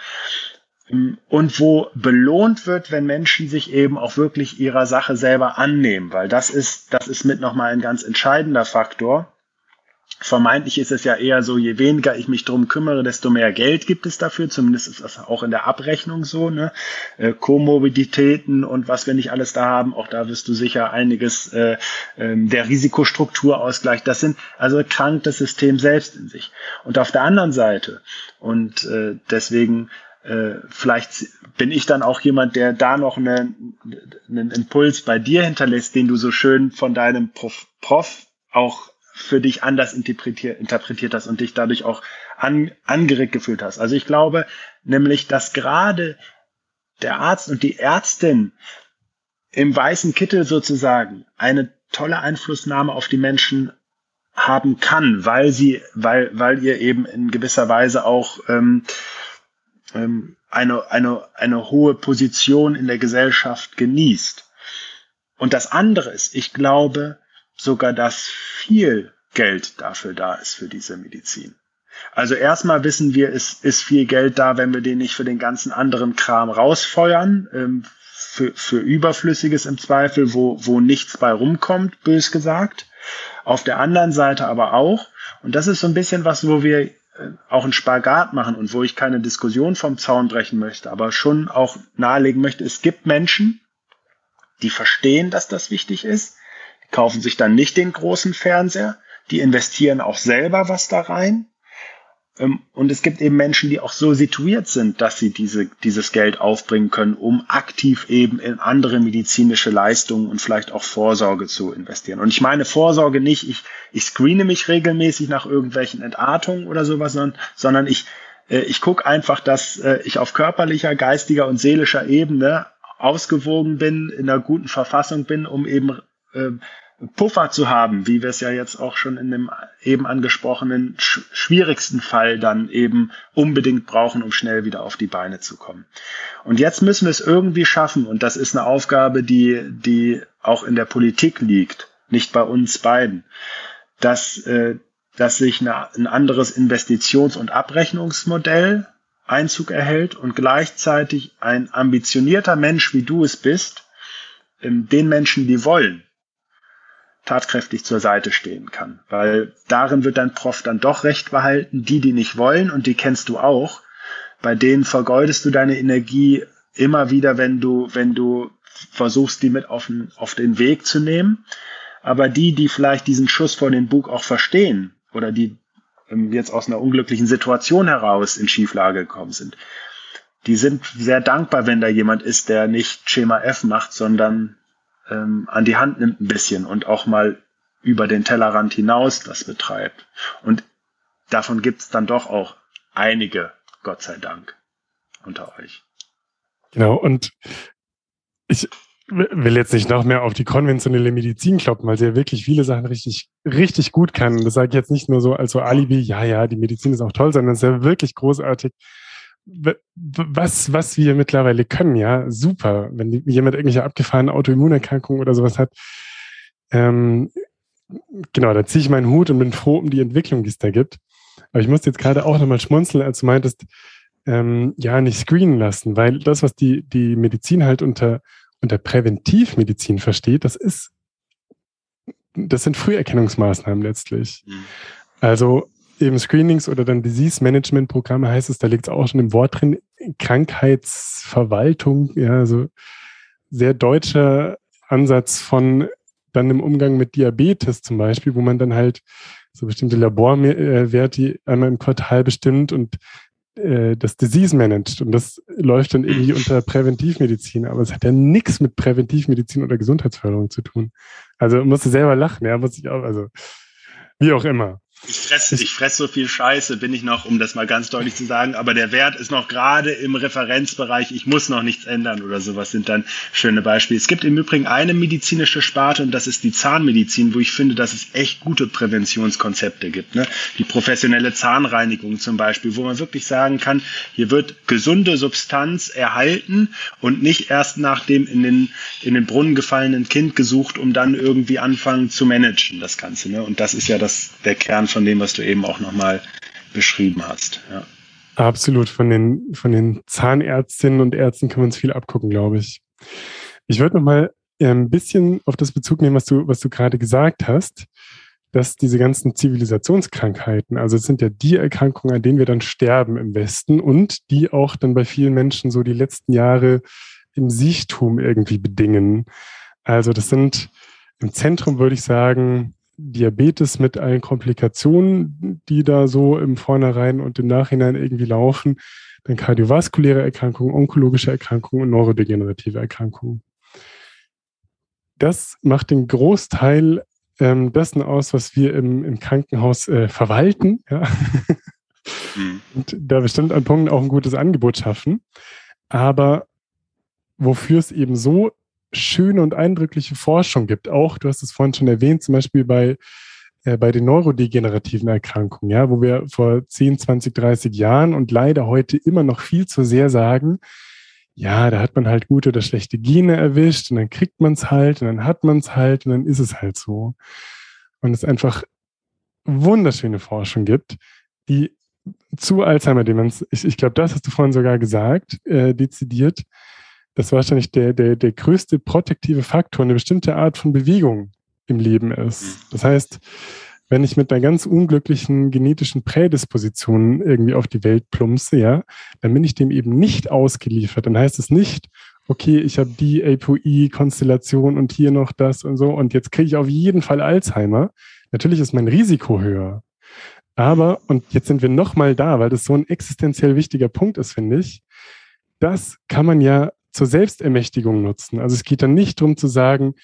und wo belohnt wird, wenn Menschen sich eben auch wirklich ihrer Sache selber annehmen, weil das ist mit nochmal ein ganz entscheidender Faktor. Vermeintlich ist es ja eher so, je weniger ich mich drum kümmere, desto mehr Geld gibt es dafür. Zumindest ist das auch in der Abrechnung so, ne? Komorbiditäten und was wir nicht alles da haben, auch da wirst du sicher einiges, der Risikostrukturausgleich, das sind also krankt das System selbst in sich. Und auf der anderen Seite, und deswegen vielleicht bin ich dann auch jemand, der da noch einen Impuls bei dir hinterlässt, den du so schön von deinem Prof auch für dich anders interpretiert hast und dich dadurch auch angeregt gefühlt hast. Also ich glaube nämlich, dass gerade der Arzt und die Ärztin im weißen Kittel sozusagen eine tolle Einflussnahme auf die Menschen haben kann, weil ihr eben in gewisser Weise auch eine hohe Position in der Gesellschaft genießt. Und das andere ist, ich glaube sogar, dass viel Geld dafür da ist für diese Medizin. Also erstmal wissen wir, es ist viel Geld da, wenn wir den nicht für den ganzen anderen Kram rausfeuern, für Überflüssiges im Zweifel, wo nichts bei rumkommt, bös gesagt. Auf der anderen Seite aber auch, und das ist so ein bisschen was, wo wir auch einen Spagat machen und wo ich keine Diskussion vom Zaun brechen möchte, aber schon auch nahelegen möchte, es gibt Menschen, die verstehen, dass das wichtig ist, kaufen sich dann nicht den großen Fernseher, die investieren auch selber was da rein. Und es gibt eben Menschen, die auch so situiert sind, dass sie dieses Geld aufbringen können, um aktiv eben in andere medizinische Leistungen und vielleicht auch Vorsorge zu investieren. Und ich meine Vorsorge nicht, ich screene mich regelmäßig nach irgendwelchen Entartungen oder sowas, sondern ich gucke einfach, dass ich auf körperlicher, geistiger und seelischer Ebene ausgewogen bin, in einer guten Verfassung bin, um eben Puffer zu haben, wie wir es ja jetzt auch schon in dem eben angesprochenen schwierigsten Fall dann eben unbedingt brauchen, um schnell wieder auf die Beine zu kommen. Und jetzt müssen wir es irgendwie schaffen, und das ist eine Aufgabe, die auch in der Politik liegt, nicht bei uns beiden, dass sich ein anderes Investitions- und Abrechnungsmodell Einzug erhält und gleichzeitig ein ambitionierter Mensch, wie du es bist, den Menschen, die wollen, tatkräftig zur Seite stehen kann. Weil darin wird dein Prof dann doch recht behalten, die nicht wollen, und die kennst du auch, bei denen vergeudest du deine Energie immer wieder, wenn du versuchst, die mit auf den Weg zu nehmen. Aber die vielleicht diesen Schuss vor den Bug auch verstehen oder die jetzt aus einer unglücklichen Situation heraus in Schieflage gekommen sind, die sind sehr dankbar, wenn da jemand ist, der nicht Schema F macht, sondern an die Hand nimmt ein bisschen und auch mal über den Tellerrand hinaus das betreibt. Und davon gibt es dann doch auch einige, Gott sei Dank, unter euch. Genau, und ich will jetzt nicht noch mehr auf die konventionelle Medizin kloppen, weil sie ja wirklich viele Sachen richtig, richtig gut kann. Das sage ich jetzt nicht nur so als so Alibi, ja, die Medizin ist auch toll, sondern es ist ja wirklich großartig. Was wir mittlerweile können, ja, super. Wenn jemand irgendwelche abgefahrene Autoimmunerkrankungen oder sowas hat, genau, da ziehe ich meinen Hut und bin froh um die Entwicklung, die es da gibt. Aber ich musste jetzt gerade auch nochmal schmunzeln, als du meintest, nicht screenen lassen, weil das, was die Medizin halt unter Präventivmedizin versteht, das sind Früherkennungsmaßnahmen letztlich. Mhm. Also eben Screenings oder dann Disease-Management-Programme heißt es, da liegt es auch schon im Wort drin, Krankheitsverwaltung, ja, also sehr deutscher Ansatz von dann im Umgang mit Diabetes zum Beispiel, wo man dann halt so bestimmte Laborwerte einmal im Quartal bestimmt und das Disease managt, und das läuft dann irgendwie unter Präventivmedizin, aber es hat ja nichts mit Präventivmedizin oder Gesundheitsförderung zu tun. Also musste selber lachen, ja, muss ich auch, also wie auch immer. Ich fress so viel Scheiße, bin ich noch, um das mal ganz deutlich zu sagen, aber der Wert ist noch gerade im Referenzbereich, ich muss noch nichts ändern oder sowas, sind dann schöne Beispiele. Es gibt im Übrigen eine medizinische Sparte, und das ist die Zahnmedizin, wo ich finde, dass es echt gute Präventionskonzepte gibt, ne? Die professionelle Zahnreinigung zum Beispiel, wo man wirklich sagen kann, hier wird gesunde Substanz erhalten und nicht erst nach dem in den Brunnen gefallenen Kind gesucht, um dann irgendwie anfangen zu managen, das Ganze, ne? Und das ist ja der Kern von dem, was du eben auch nochmal beschrieben hast. Ja. Absolut. Von den Zahnärztinnen und Ärzten kann man uns viel abgucken, glaube ich. Ich würde nochmal ein bisschen auf das Bezug nehmen, was du gerade gesagt hast. dass diese ganzen Zivilisationskrankheiten, also es sind ja die Erkrankungen, an denen wir dann sterben im Westen und die auch dann bei vielen Menschen so die letzten Jahre im Siechtum irgendwie bedingen. Also das sind im Zentrum, würde ich sagen, Diabetes mit allen Komplikationen, die da so im Vornherein und im Nachhinein irgendwie laufen, dann kardiovaskuläre Erkrankungen, onkologische Erkrankungen und neurodegenerative Erkrankungen. Das macht den Großteil dessen aus, was wir im Krankenhaus verwalten, ja. Und da bestimmt an Punkten auch ein gutes Angebot schaffen. Aber wofür es eben so schöne und eindrückliche Forschung gibt, auch, du hast es vorhin schon erwähnt, zum Beispiel bei den neurodegenerativen Erkrankungen, ja, wo wir vor 10, 20, 30 Jahren und leider heute immer noch viel zu sehr sagen, ja, da hat man halt gute oder schlechte Gene erwischt und dann kriegt man es halt und dann hat man es halt und dann ist es halt so. Und es einfach wunderschöne Forschung gibt, die zu Alzheimer-Demenz, ich glaube, das hast du vorhin sogar gesagt, dezidiert, das wahrscheinlich der größte protektive Faktor, eine bestimmte Art von Bewegung im Leben ist. Das heißt, wenn ich mit einer ganz unglücklichen genetischen Prädisposition irgendwie auf die Welt plumpse, ja, dann bin ich dem eben nicht ausgeliefert. Dann heißt es nicht, okay, ich habe die APOE-Konstellation und hier noch das und so und jetzt kriege ich auf jeden Fall Alzheimer. Natürlich ist mein Risiko höher. Aber, und jetzt sind wir nochmal da, weil das so ein existenziell wichtiger Punkt ist, finde ich, das kann man ja zur Selbstermächtigung nutzen. Also es geht dann nicht darum zu sagen,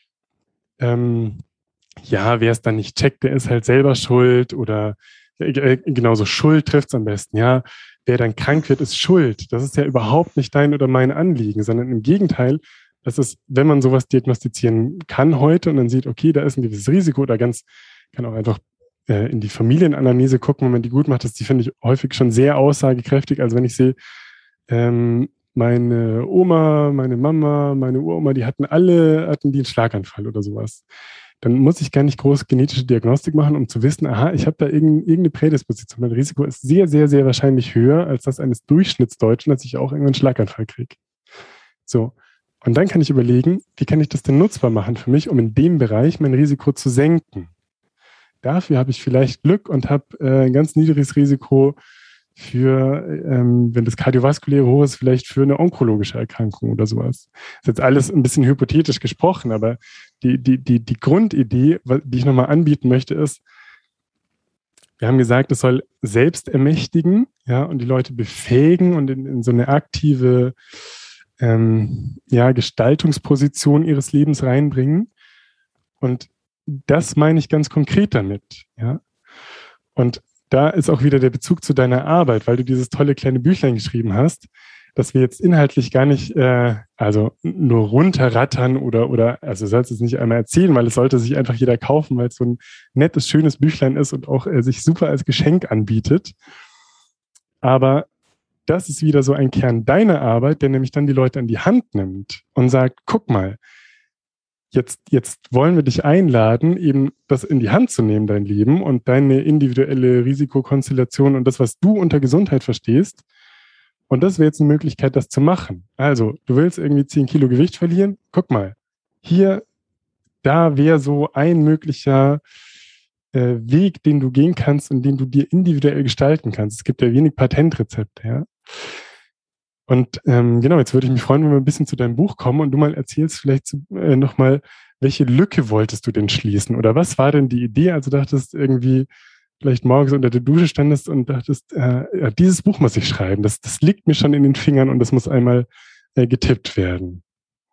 ja, wer es dann nicht checkt, der ist halt selber schuld oder genauso Schuld trifft es am besten. Ja, wer dann krank wird, ist schuld. Das ist ja überhaupt nicht dein oder mein Anliegen, sondern im Gegenteil, das ist, wenn man sowas diagnostizieren kann heute und dann sieht, okay, da ist ein gewisses Risiko oder kann auch einfach in die Familienanalyse gucken, wenn man die gut macht, die finde ich häufig schon sehr aussagekräftig. Also wenn ich sehe, meine Oma, meine Mama, meine Uroma, die hatten die einen Schlaganfall oder sowas. Dann muss ich gar nicht groß genetische Diagnostik machen, um zu wissen, aha, ich habe da irgendeine Prädisposition. Mein Risiko ist sehr, sehr, sehr wahrscheinlich höher als das eines Durchschnittsdeutschen, dass ich auch irgendwann einen Schlaganfall kriege. So. Und dann kann ich überlegen, wie kann ich das denn nutzbar machen für mich, um in dem Bereich mein Risiko zu senken. Dafür habe ich vielleicht Glück und habe ein ganz niedriges Risiko für, wenn das kardiovaskuläre hoch ist, vielleicht für eine onkologische Erkrankung oder sowas. Das ist jetzt alles ein bisschen hypothetisch gesprochen, aber die Grundidee, die ich nochmal anbieten möchte, ist, wir haben gesagt, es soll selbst ermächtigen, ja, und die Leute befähigen und in so eine aktive Gestaltungsposition ihres Lebens reinbringen. Und das meine ich ganz konkret damit, ja. Und da ist auch wieder der Bezug zu deiner Arbeit, weil du dieses tolle kleine Büchlein geschrieben hast, dass wir jetzt inhaltlich gar nicht also nur runterrattern oder also sollst du es nicht einmal erzählen, weil es sollte sich einfach jeder kaufen, weil es so ein nettes, schönes Büchlein ist und auch sich super als Geschenk anbietet. Aber das ist wieder so ein Kern deiner Arbeit, der nämlich dann die Leute an die Hand nimmt und sagt, guck mal, Jetzt wollen wir dich einladen, eben das in die Hand zu nehmen, dein Leben und deine individuelle Risikokonstellation und das, was du unter Gesundheit verstehst. Und das wäre jetzt eine Möglichkeit, das zu machen. Also, du willst irgendwie 10 Kilo Gewicht verlieren? Guck mal, da wäre so ein möglicher Weg, den du gehen kannst und den du dir individuell gestalten kannst. Es gibt ja wenig Patentrezepte, ja. Und genau, jetzt würde ich mich freuen, wenn wir ein bisschen zu deinem Buch kommen und du mal erzählst vielleicht nochmal, welche Lücke wolltest du denn schließen? Oder was war denn die Idee, als du dachtest, irgendwie vielleicht morgens unter der Dusche standest und dachtest, dieses Buch muss ich schreiben, das liegt mir schon in den Fingern und das muss einmal getippt werden?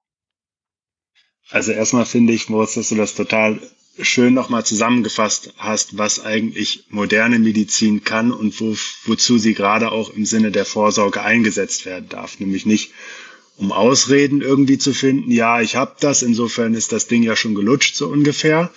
Also erstmal finde ich, Moritz, dass du das total schön nochmal zusammengefasst hast, was eigentlich moderne Medizin kann und wozu sie gerade auch im Sinne der Vorsorge eingesetzt werden darf. Nämlich nicht, um Ausreden irgendwie zu finden, ja, ich habe das, insofern ist das Ding ja schon gelutscht, so ungefähr.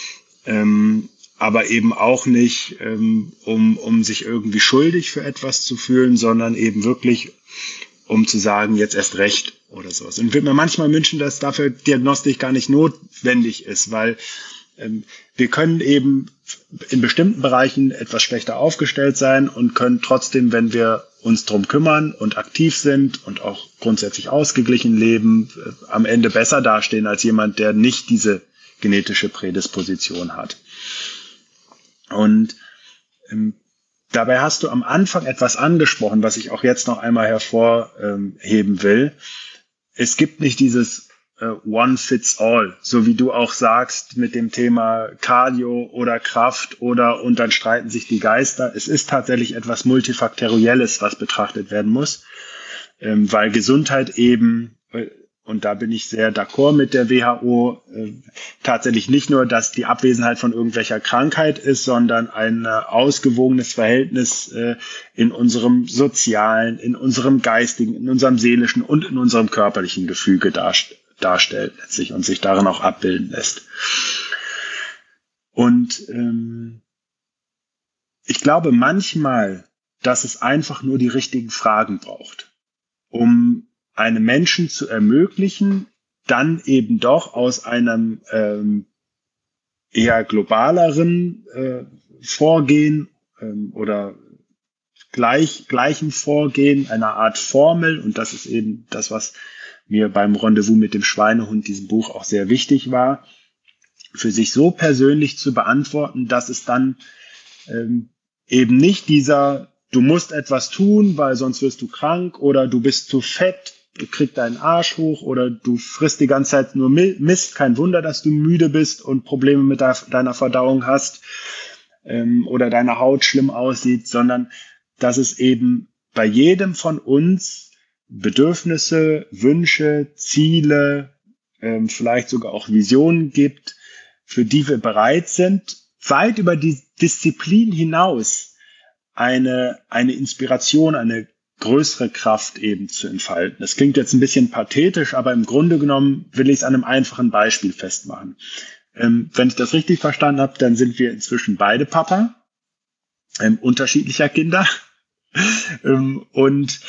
Aber eben auch nicht, um sich irgendwie schuldig für etwas zu fühlen, sondern eben wirklich, um zu sagen, jetzt erst recht oder sowas. Und ich würde mir manchmal wünschen, dass dafür Diagnostik gar nicht notwendig ist, weil wir können eben in bestimmten Bereichen etwas schlechter aufgestellt sein und können trotzdem, wenn wir uns drum kümmern und aktiv sind und auch grundsätzlich ausgeglichen leben, am Ende besser dastehen als jemand, der nicht diese genetische Prädisposition hat. Und dabei hast du am Anfang etwas angesprochen, was ich auch jetzt noch einmal hervorheben will. Es gibt nicht dieses One fits all, so wie du auch sagst mit dem Thema Cardio oder Kraft und dann streiten sich die Geister. Es ist tatsächlich etwas Multifaktorielles, was betrachtet werden muss, weil Gesundheit eben, und da bin ich sehr d'accord mit der WHO, tatsächlich nicht nur, dass die Abwesenheit von irgendwelcher Krankheit ist, sondern ein ausgewogenes Verhältnis in unserem sozialen, in unserem geistigen, in unserem seelischen und in unserem körperlichen Gefüge darstellt letztlich und sich darin auch abbilden lässt. Und ich glaube manchmal, dass es einfach nur die richtigen Fragen braucht, um einem Menschen zu ermöglichen, dann eben doch aus einem eher globaleren Vorgehen oder gleichen Vorgehen, einer Art Formel, und das ist eben das, was mir beim Rendezvous mit dem Schweinehund, diesem Buch, auch sehr wichtig war, für sich so persönlich zu beantworten, dass es dann eben nicht dieser, du musst etwas tun, weil sonst wirst du krank, oder du bist zu fett, du kriegst deinen Arsch hoch, oder du frisst die ganze Zeit nur Mist, kein Wunder, dass du müde bist und Probleme mit deiner Verdauung hast oder deine Haut schlimm aussieht, sondern dass es eben bei jedem von uns Bedürfnisse, Wünsche, Ziele, vielleicht sogar auch Visionen gibt, für die wir bereit sind, weit über die Disziplin hinaus eine Inspiration, eine größere Kraft eben zu entfalten. Das klingt jetzt ein bisschen pathetisch, aber im Grunde genommen will ich es an einem einfachen Beispiel festmachen. Wenn ich das richtig verstanden habe, dann sind wir inzwischen beide Papa, unterschiedlicher Kinder. Und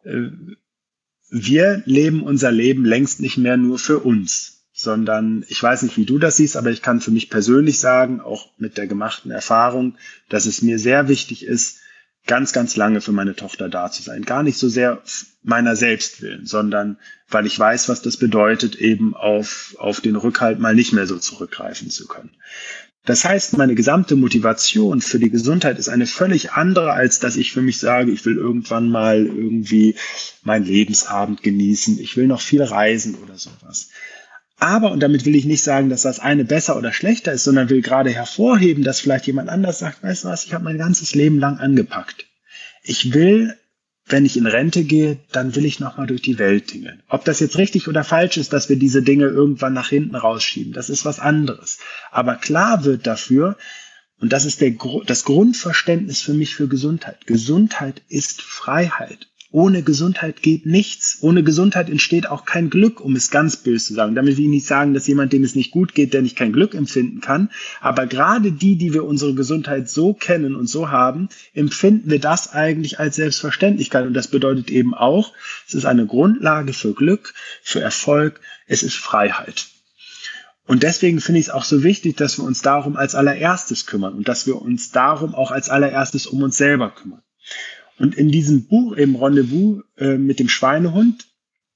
wir leben unser Leben längst nicht mehr nur für uns, sondern ich weiß nicht, wie du das siehst, aber ich kann für mich persönlich sagen, auch mit der gemachten Erfahrung, dass es mir sehr wichtig ist, ganz, ganz lange für meine Tochter da zu sein. Gar nicht so sehr meiner selbst willen, sondern weil ich weiß, was das bedeutet, eben auf den Rückhalt mal nicht mehr so zurückgreifen zu können. Das heißt, meine gesamte Motivation für die Gesundheit ist eine völlig andere, als dass ich für mich sage, ich will irgendwann mal irgendwie meinen Lebensabend genießen, ich will noch viel reisen oder sowas. Aber, und damit will ich nicht sagen, dass das eine besser oder schlechter ist, sondern will gerade hervorheben, dass vielleicht jemand anders sagt, weißt du was, ich habe mein ganzes Leben lang angepackt. Ich will, wenn ich in Rente gehe, dann will ich nochmal durch die Welt tingeln. Ob das jetzt richtig oder falsch ist, dass wir diese Dinge irgendwann nach hinten rausschieben, das ist was anderes. Aber klar wird dafür, und das ist das Grundverständnis für mich für Gesundheit. Gesundheit ist Freiheit. Ohne Gesundheit geht nichts. Ohne Gesundheit entsteht auch kein Glück, um es ganz böse zu sagen. Damit will ich nicht sagen, dass jemand, dem es nicht gut geht, der nicht kein Glück empfinden kann. Aber gerade die wir unsere Gesundheit so kennen und so haben, empfinden wir das eigentlich als Selbstverständlichkeit. Und das bedeutet eben auch, es ist eine Grundlage für Glück, für Erfolg. Es ist Freiheit. Und deswegen finde ich es auch so wichtig, dass wir uns darum als allererstes kümmern und dass wir uns darum auch als allererstes um uns selber kümmern. Und in diesem Buch, eben Rendezvous mit dem Schweinehund,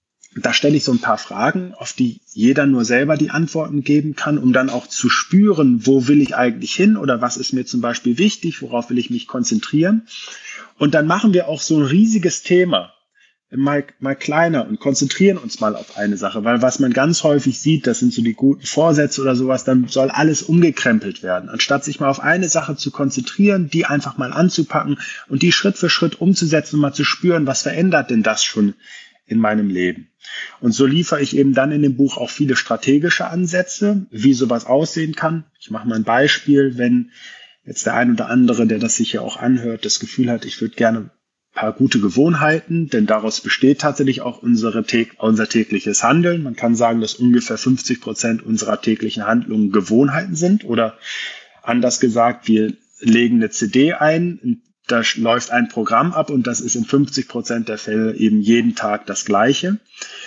da stelle ich so ein paar Fragen, auf die jeder nur selber die Antworten geben kann, um dann auch zu spüren, wo will ich eigentlich hin oder was ist mir zum Beispiel wichtig, worauf will ich mich konzentrieren. Und dann machen wir auch so ein riesiges Thema, mal kleiner, und konzentrieren uns mal auf eine Sache, weil was man ganz häufig sieht, das sind so die guten Vorsätze oder sowas, dann soll alles umgekrempelt werden, anstatt sich mal auf eine Sache zu konzentrieren, die einfach mal anzupacken und die Schritt für Schritt umzusetzen und mal zu spüren, was verändert denn das schon in meinem Leben. Und so liefere ich eben dann in dem Buch auch viele strategische Ansätze, wie sowas aussehen kann. Ich mache mal ein Beispiel, wenn jetzt der ein oder andere, der das sich ja auch anhört, das Gefühl hat, ich würde gerne paar gute Gewohnheiten, denn daraus besteht tatsächlich auch unser tägliches Handeln. Man kann sagen, dass ungefähr 50% unserer täglichen Handlungen Gewohnheiten sind, oder anders gesagt, wir legen eine CD ein, da läuft ein Programm ab und das ist in 50% der Fälle eben jeden Tag das Gleiche.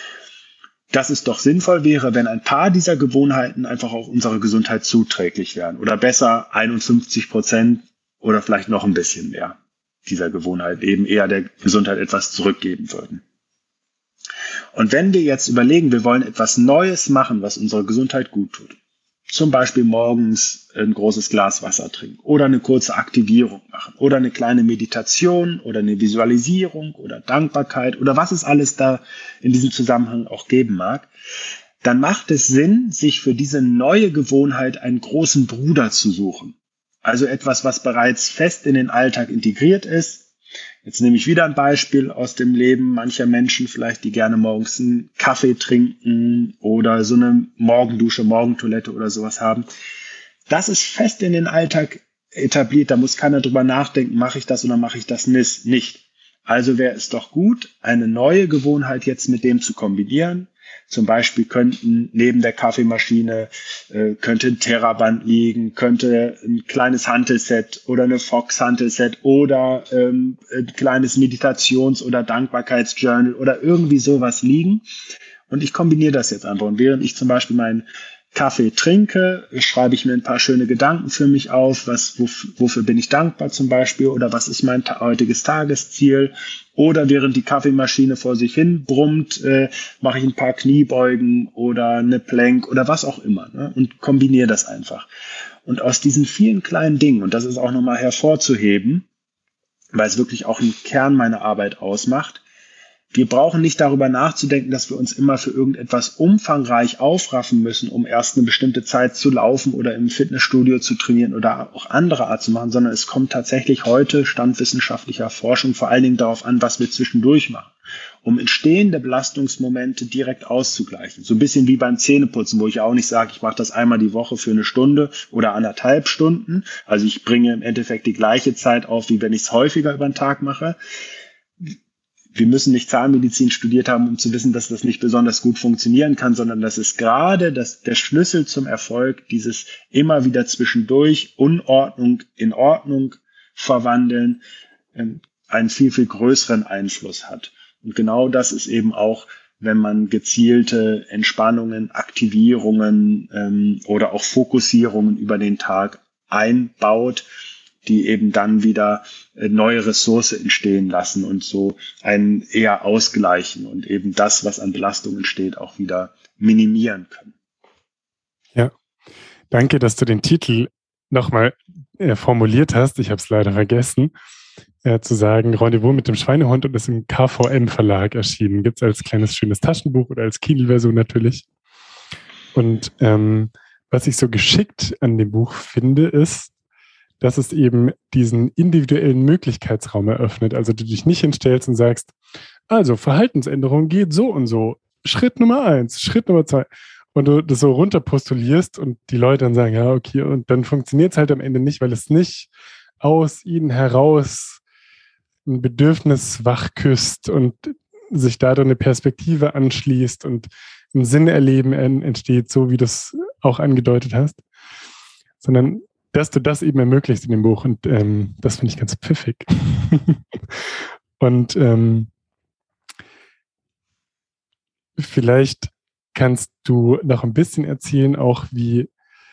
Dass es doch sinnvoll wäre, wenn ein paar dieser Gewohnheiten einfach auch unserer Gesundheit zuträglich wären, oder besser 51% oder vielleicht noch ein bisschen mehr dieser Gewohnheit eben eher der Gesundheit etwas zurückgeben würden. Und wenn wir jetzt überlegen, wir wollen etwas Neues machen, was unserer Gesundheit gut tut, zum Beispiel morgens ein großes Glas Wasser trinken oder eine kurze Aktivierung machen oder eine kleine Meditation oder eine Visualisierung oder Dankbarkeit oder was es alles da in diesem Zusammenhang auch geben mag, dann macht es Sinn, sich für diese neue Gewohnheit einen großen Bruder zu suchen. Also etwas, was bereits fest in den Alltag integriert ist. Jetzt nehme ich wieder ein Beispiel aus dem Leben mancher Menschen, vielleicht die gerne morgens einen Kaffee trinken oder so eine Morgendusche, Morgentoilette oder sowas haben. Das ist fest in den Alltag etabliert, da muss keiner drüber nachdenken, mache ich das oder mache ich das nicht. Also wäre es doch gut, eine neue Gewohnheit jetzt mit dem zu kombinieren. Zum Beispiel könnten neben der Kaffeemaschine könnte ein Theraband liegen, könnte ein kleines Hantelset oder eine Fox-Hantelset oder ein kleines Meditations- oder Dankbarkeitsjournal oder irgendwie sowas liegen. Und ich kombiniere das jetzt einfach. Und während ich zum Beispiel meinen Kaffee trinke, schreibe ich mir ein paar schöne Gedanken für mich auf, wofür bin ich dankbar zum Beispiel oder was ist mein heutiges Tagesziel, oder während die Kaffeemaschine vor sich hin brummt, mache ich ein paar Kniebeugen oder eine Plank oder was auch immer, ne? Und kombiniere das einfach. Und aus diesen vielen kleinen Dingen, und das ist auch nochmal hervorzuheben, weil es wirklich auch einen Kern meiner Arbeit ausmacht, wir brauchen nicht darüber nachzudenken, dass wir uns immer für irgendetwas umfangreich aufraffen müssen, um erst eine bestimmte Zeit zu laufen oder im Fitnessstudio zu trainieren oder auch andere Art zu machen, sondern es kommt tatsächlich heute Stand wissenschaftlicher Forschung vor allen Dingen darauf an, was wir zwischendurch machen, um entstehende Belastungsmomente direkt auszugleichen. So ein bisschen wie beim Zähneputzen, wo ich auch nicht sage, ich mache das einmal die Woche für eine Stunde oder 1,5 Stunden. Also ich bringe im Endeffekt die gleiche Zeit auf, wie wenn ich es häufiger über den Tag mache. Wir müssen nicht Zahnmedizin studiert haben, um zu wissen, dass das nicht besonders gut funktionieren kann, sondern das ist gerade der Schlüssel zum Erfolg, dieses immer wieder zwischendurch Unordnung in Ordnung verwandeln, einen viel, viel größeren Einfluss hat. Und genau das ist eben auch, wenn man gezielte Entspannungen, Aktivierungen oder auch Fokussierungen über den Tag einbaut, die eben dann wieder neue Ressource entstehen lassen und so einen eher ausgleichen und eben das, was an Belastung entsteht, auch wieder minimieren können. Ja, danke, dass du den Titel nochmal formuliert hast. Ich habe es leider vergessen, zu sagen, Rendezvous mit dem Schweinehund, und ist im KVM-Verlag erschienen. Gibt es als kleines, schönes Taschenbuch oder als Kindle-Version natürlich. Und was ich so geschickt an dem Buch finde, ist, dass es eben diesen individuellen Möglichkeitsraum eröffnet. Also du dich nicht hinstellst und sagst, also Verhaltensänderung geht so und so. Schritt Nummer 1, Schritt Nummer 2. Und du das so runterpostulierst und die Leute dann sagen, ja, okay, und dann funktioniert es halt am Ende nicht, weil es nicht aus ihnen heraus ein Bedürfnis wachküsst und sich dadurch eine Perspektive anschließt und ein Sinnerleben entsteht, so wie du es auch angedeutet hast. Sondern dass du das eben ermöglicht in dem Buch, und das finde ich ganz pfiffig. Und vielleicht kannst du noch ein bisschen erzählen, auch wie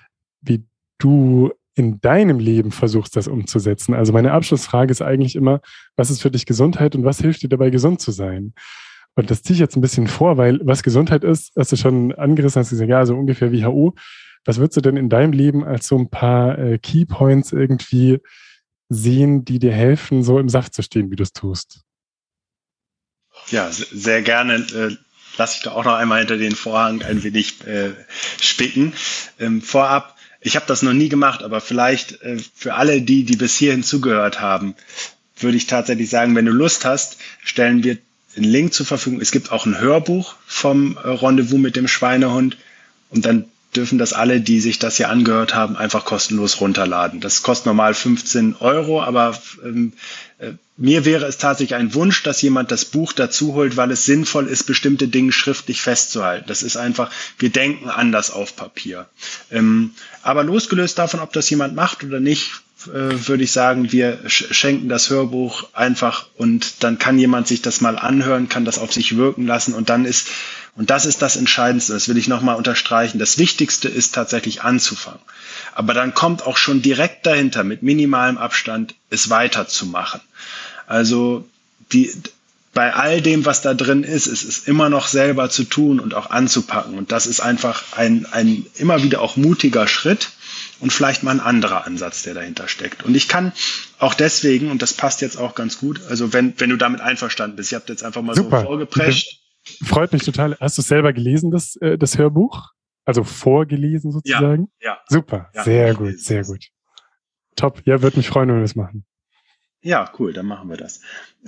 du in deinem Leben versuchst, das umzusetzen. Also meine Abschlussfrage ist eigentlich immer, was ist für dich Gesundheit und was hilft dir dabei, gesund zu sein? Und das ziehe ich jetzt ein bisschen vor, weil was Gesundheit ist, hast du schon angerissen, hast gesagt, ja, so ungefähr WHO. Was würdest du denn in deinem Leben als so ein paar Keypoints irgendwie sehen, die dir helfen, so im Saft zu stehen, wie du es tust? Ja, sehr gerne. Lass ich da auch noch einmal hinter den Vorhang ein wenig spicken. Vorab, ich habe das noch nie gemacht, aber vielleicht für alle, die bis hierhin zugehört haben, würde ich tatsächlich sagen, wenn du Lust hast, stellen wir einen Link zur Verfügung. Es gibt auch ein Hörbuch vom Rendezvous mit dem Schweinehund, und dann dürfen das alle, die sich das hier angehört haben, einfach kostenlos runterladen. Das kostet normal 15 €, aber mir wäre es tatsächlich ein Wunsch, dass jemand das Buch dazu holt, weil es sinnvoll ist, bestimmte Dinge schriftlich festzuhalten. Das ist einfach, wir denken anders auf Papier. Aber losgelöst davon, ob das jemand macht oder nicht, würde ich sagen, wir schenken das Hörbuch einfach, und dann kann jemand sich das mal anhören, kann das auf sich wirken lassen, und das ist das Entscheidendste, das will ich nochmal unterstreichen. Das Wichtigste ist tatsächlich anzufangen. Aber dann kommt auch schon direkt dahinter, mit minimalem Abstand, es weiterzumachen. Also bei all dem, was da drin ist, ist es immer noch selber zu tun und auch anzupacken. Und das ist einfach ein immer wieder auch mutiger Schritt und vielleicht mal ein anderer Ansatz, der dahinter steckt. Und ich kann auch deswegen, und das passt jetzt auch ganz gut, also wenn du damit einverstanden bist, ich habe jetzt einfach mal Super. so vorgeprescht. Freut mich total. Hast du es selber gelesen, das Hörbuch? Also vorgelesen sozusagen? Ja. Super, ja, sehr gut, sehr gut. Top, ja, würde mich freuen, wenn wir das machen. Ja, cool, dann machen wir das.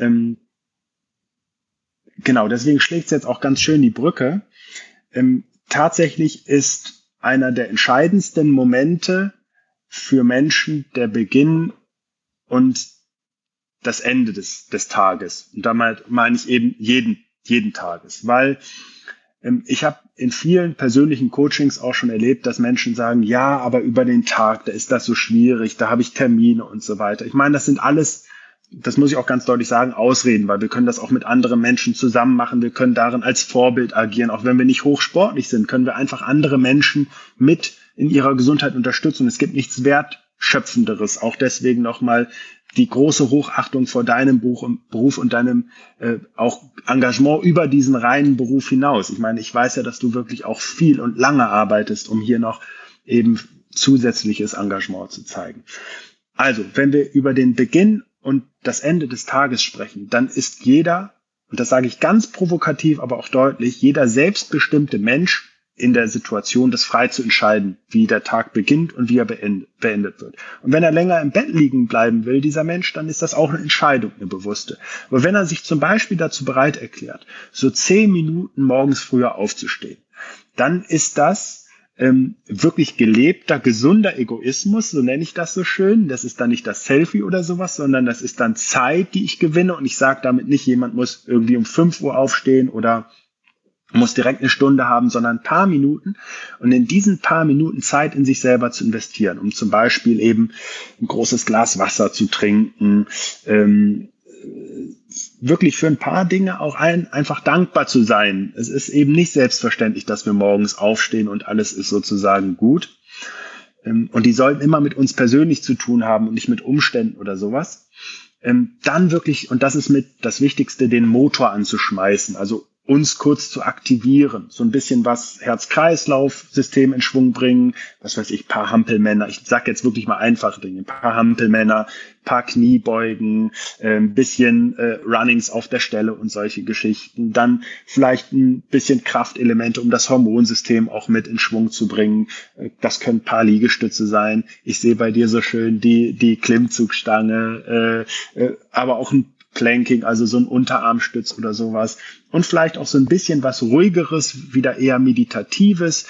Genau, deswegen schlägt es jetzt auch ganz schön die Brücke. Tatsächlich ist einer der entscheidendsten Momente für Menschen der Beginn und das Ende des Tages. Und damit meine ich eben jeden Tages, weil ich habe in vielen persönlichen Coachings auch schon erlebt, dass Menschen sagen, ja, aber über den Tag, da ist das so schwierig, da habe ich Termine und so weiter. Ich meine, das sind alles, das muss ich auch ganz deutlich sagen, Ausreden, weil wir können das auch mit anderen Menschen zusammen machen. Wir können darin als Vorbild agieren. Auch wenn wir nicht hochsportlich sind, können wir einfach andere Menschen mit in ihrer Gesundheit unterstützen. Und es gibt nichts Wertschöpfenderes. Auch deswegen nochmal die große Hochachtung vor deinem Beruf und deinem auch Engagement über diesen reinen Beruf hinaus. Ich meine, ich weiß ja, dass du wirklich auch viel und lange arbeitest, um hier noch eben zusätzliches Engagement zu zeigen. Also, wenn wir über den Beginn und das Ende des Tages sprechen, dann ist jeder, und das sage ich ganz provokativ, aber auch deutlich, jeder selbstbestimmte Mensch in der Situation, das frei zu entscheiden, wie der Tag beginnt und wie er beendet wird. Und wenn er länger im Bett liegen bleiben will, dieser Mensch, dann ist das auch eine Entscheidung, eine bewusste. Aber wenn er sich zum Beispiel dazu bereit erklärt, so 10 Minuten morgens früher aufzustehen, dann ist das wirklich gelebter, gesunder Egoismus, so nenne ich das so schön. Das ist dann nicht das Selfie oder sowas, sondern das ist dann Zeit, die ich gewinne. Und ich sage damit nicht, jemand muss irgendwie um 5 Uhr aufstehen oder muss direkt eine Stunde haben, sondern ein paar Minuten. Und in diesen paar Minuten Zeit in sich selber zu investieren, um zum Beispiel eben ein großes Glas Wasser zu trinken, wirklich für ein paar Dinge auch einfach dankbar zu sein. Es ist eben nicht selbstverständlich, dass wir morgens aufstehen und alles ist sozusagen gut. Und die sollten immer mit uns persönlich zu tun haben und nicht mit Umständen oder sowas. Dann wirklich, und das ist mit das Wichtigste, den Motor anzuschmeißen, also uns kurz zu aktivieren, so ein bisschen was Herz-Kreislauf-System in Schwung bringen, was weiß ich, paar Hampelmänner, ich sag jetzt wirklich mal einfache Dinge, paar Hampelmänner, paar Kniebeugen, ein bisschen Runnings auf der Stelle und solche Geschichten, dann vielleicht ein bisschen Kraftelemente, um das Hormonsystem auch mit in Schwung zu bringen, das können ein paar Liegestütze sein, ich sehe bei dir so schön die Klimmzugstange, aber auch ein Planking, also so ein Unterarmstütz oder sowas. Und vielleicht auch so ein bisschen was Ruhigeres, wieder eher Meditatives.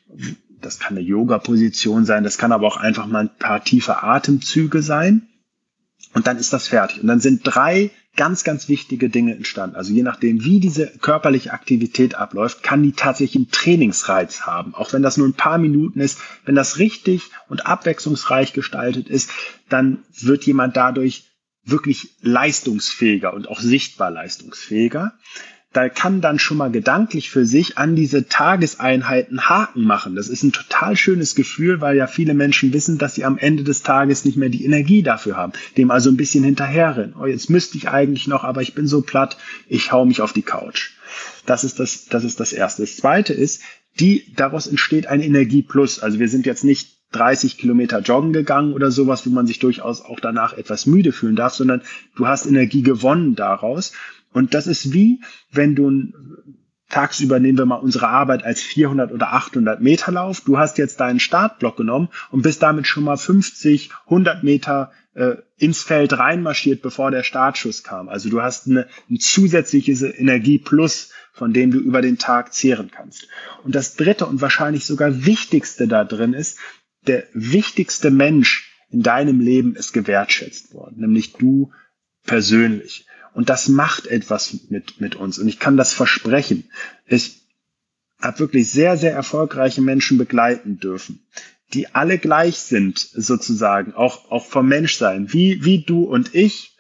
Das kann eine Yoga-Position sein, das kann aber auch einfach mal ein paar tiefe Atemzüge sein. Und dann ist das fertig. Und dann sind 3 ganz, ganz wichtige Dinge entstanden. Also je nachdem, wie diese körperliche Aktivität abläuft, kann die tatsächlich einen Trainingsreiz haben. Auch wenn das nur ein paar Minuten ist, wenn das richtig und abwechslungsreich gestaltet ist, dann wird jemand dadurch wirklich leistungsfähiger und auch sichtbar leistungsfähiger. Da kann dann schon mal gedanklich für sich an diese Tageseinheiten Haken machen. Das ist ein total schönes Gefühl, weil ja viele Menschen wissen, dass sie am Ende des Tages nicht mehr die Energie dafür haben. Dem also ein bisschen hinterherrennen. Oh, jetzt müsste ich eigentlich noch, aber ich bin so platt, ich hau mich auf die Couch. Das ist das Erste. Das Zweite ist, daraus entsteht ein Energieplus. Also wir sind jetzt nicht 30 Kilometer joggen gegangen oder sowas, wo man sich durchaus auch danach etwas müde fühlen darf, sondern du hast Energie gewonnen daraus. Und das ist wie, wenn du tagsüber, nehmen wir mal unsere Arbeit als 400 oder 800 Meter Lauf, du hast jetzt deinen Startblock genommen und bist damit schon mal 50, 100 Meter ins Feld reinmarschiert, bevor der Startschuss kam. Also du hast ein zusätzliches Energieplus, von dem du über den Tag zehren kannst. Und das Dritte und wahrscheinlich sogar Wichtigste da drin ist, der wichtigste Mensch in deinem Leben ist gewertschätzt worden, nämlich du persönlich. Und das macht etwas mit uns. Und ich kann das versprechen. Ich habe wirklich sehr, sehr erfolgreiche Menschen begleiten dürfen, die alle gleich sind, sozusagen, auch vom Menschsein, wie du und ich.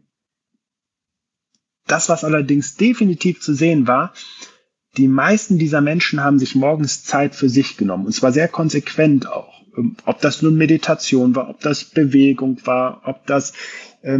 Das, was allerdings definitiv zu sehen war, die meisten dieser Menschen haben sich morgens Zeit für sich genommen. Und zwar sehr konsequent auch. Ob das nun Meditation war, ob das Bewegung war, ob das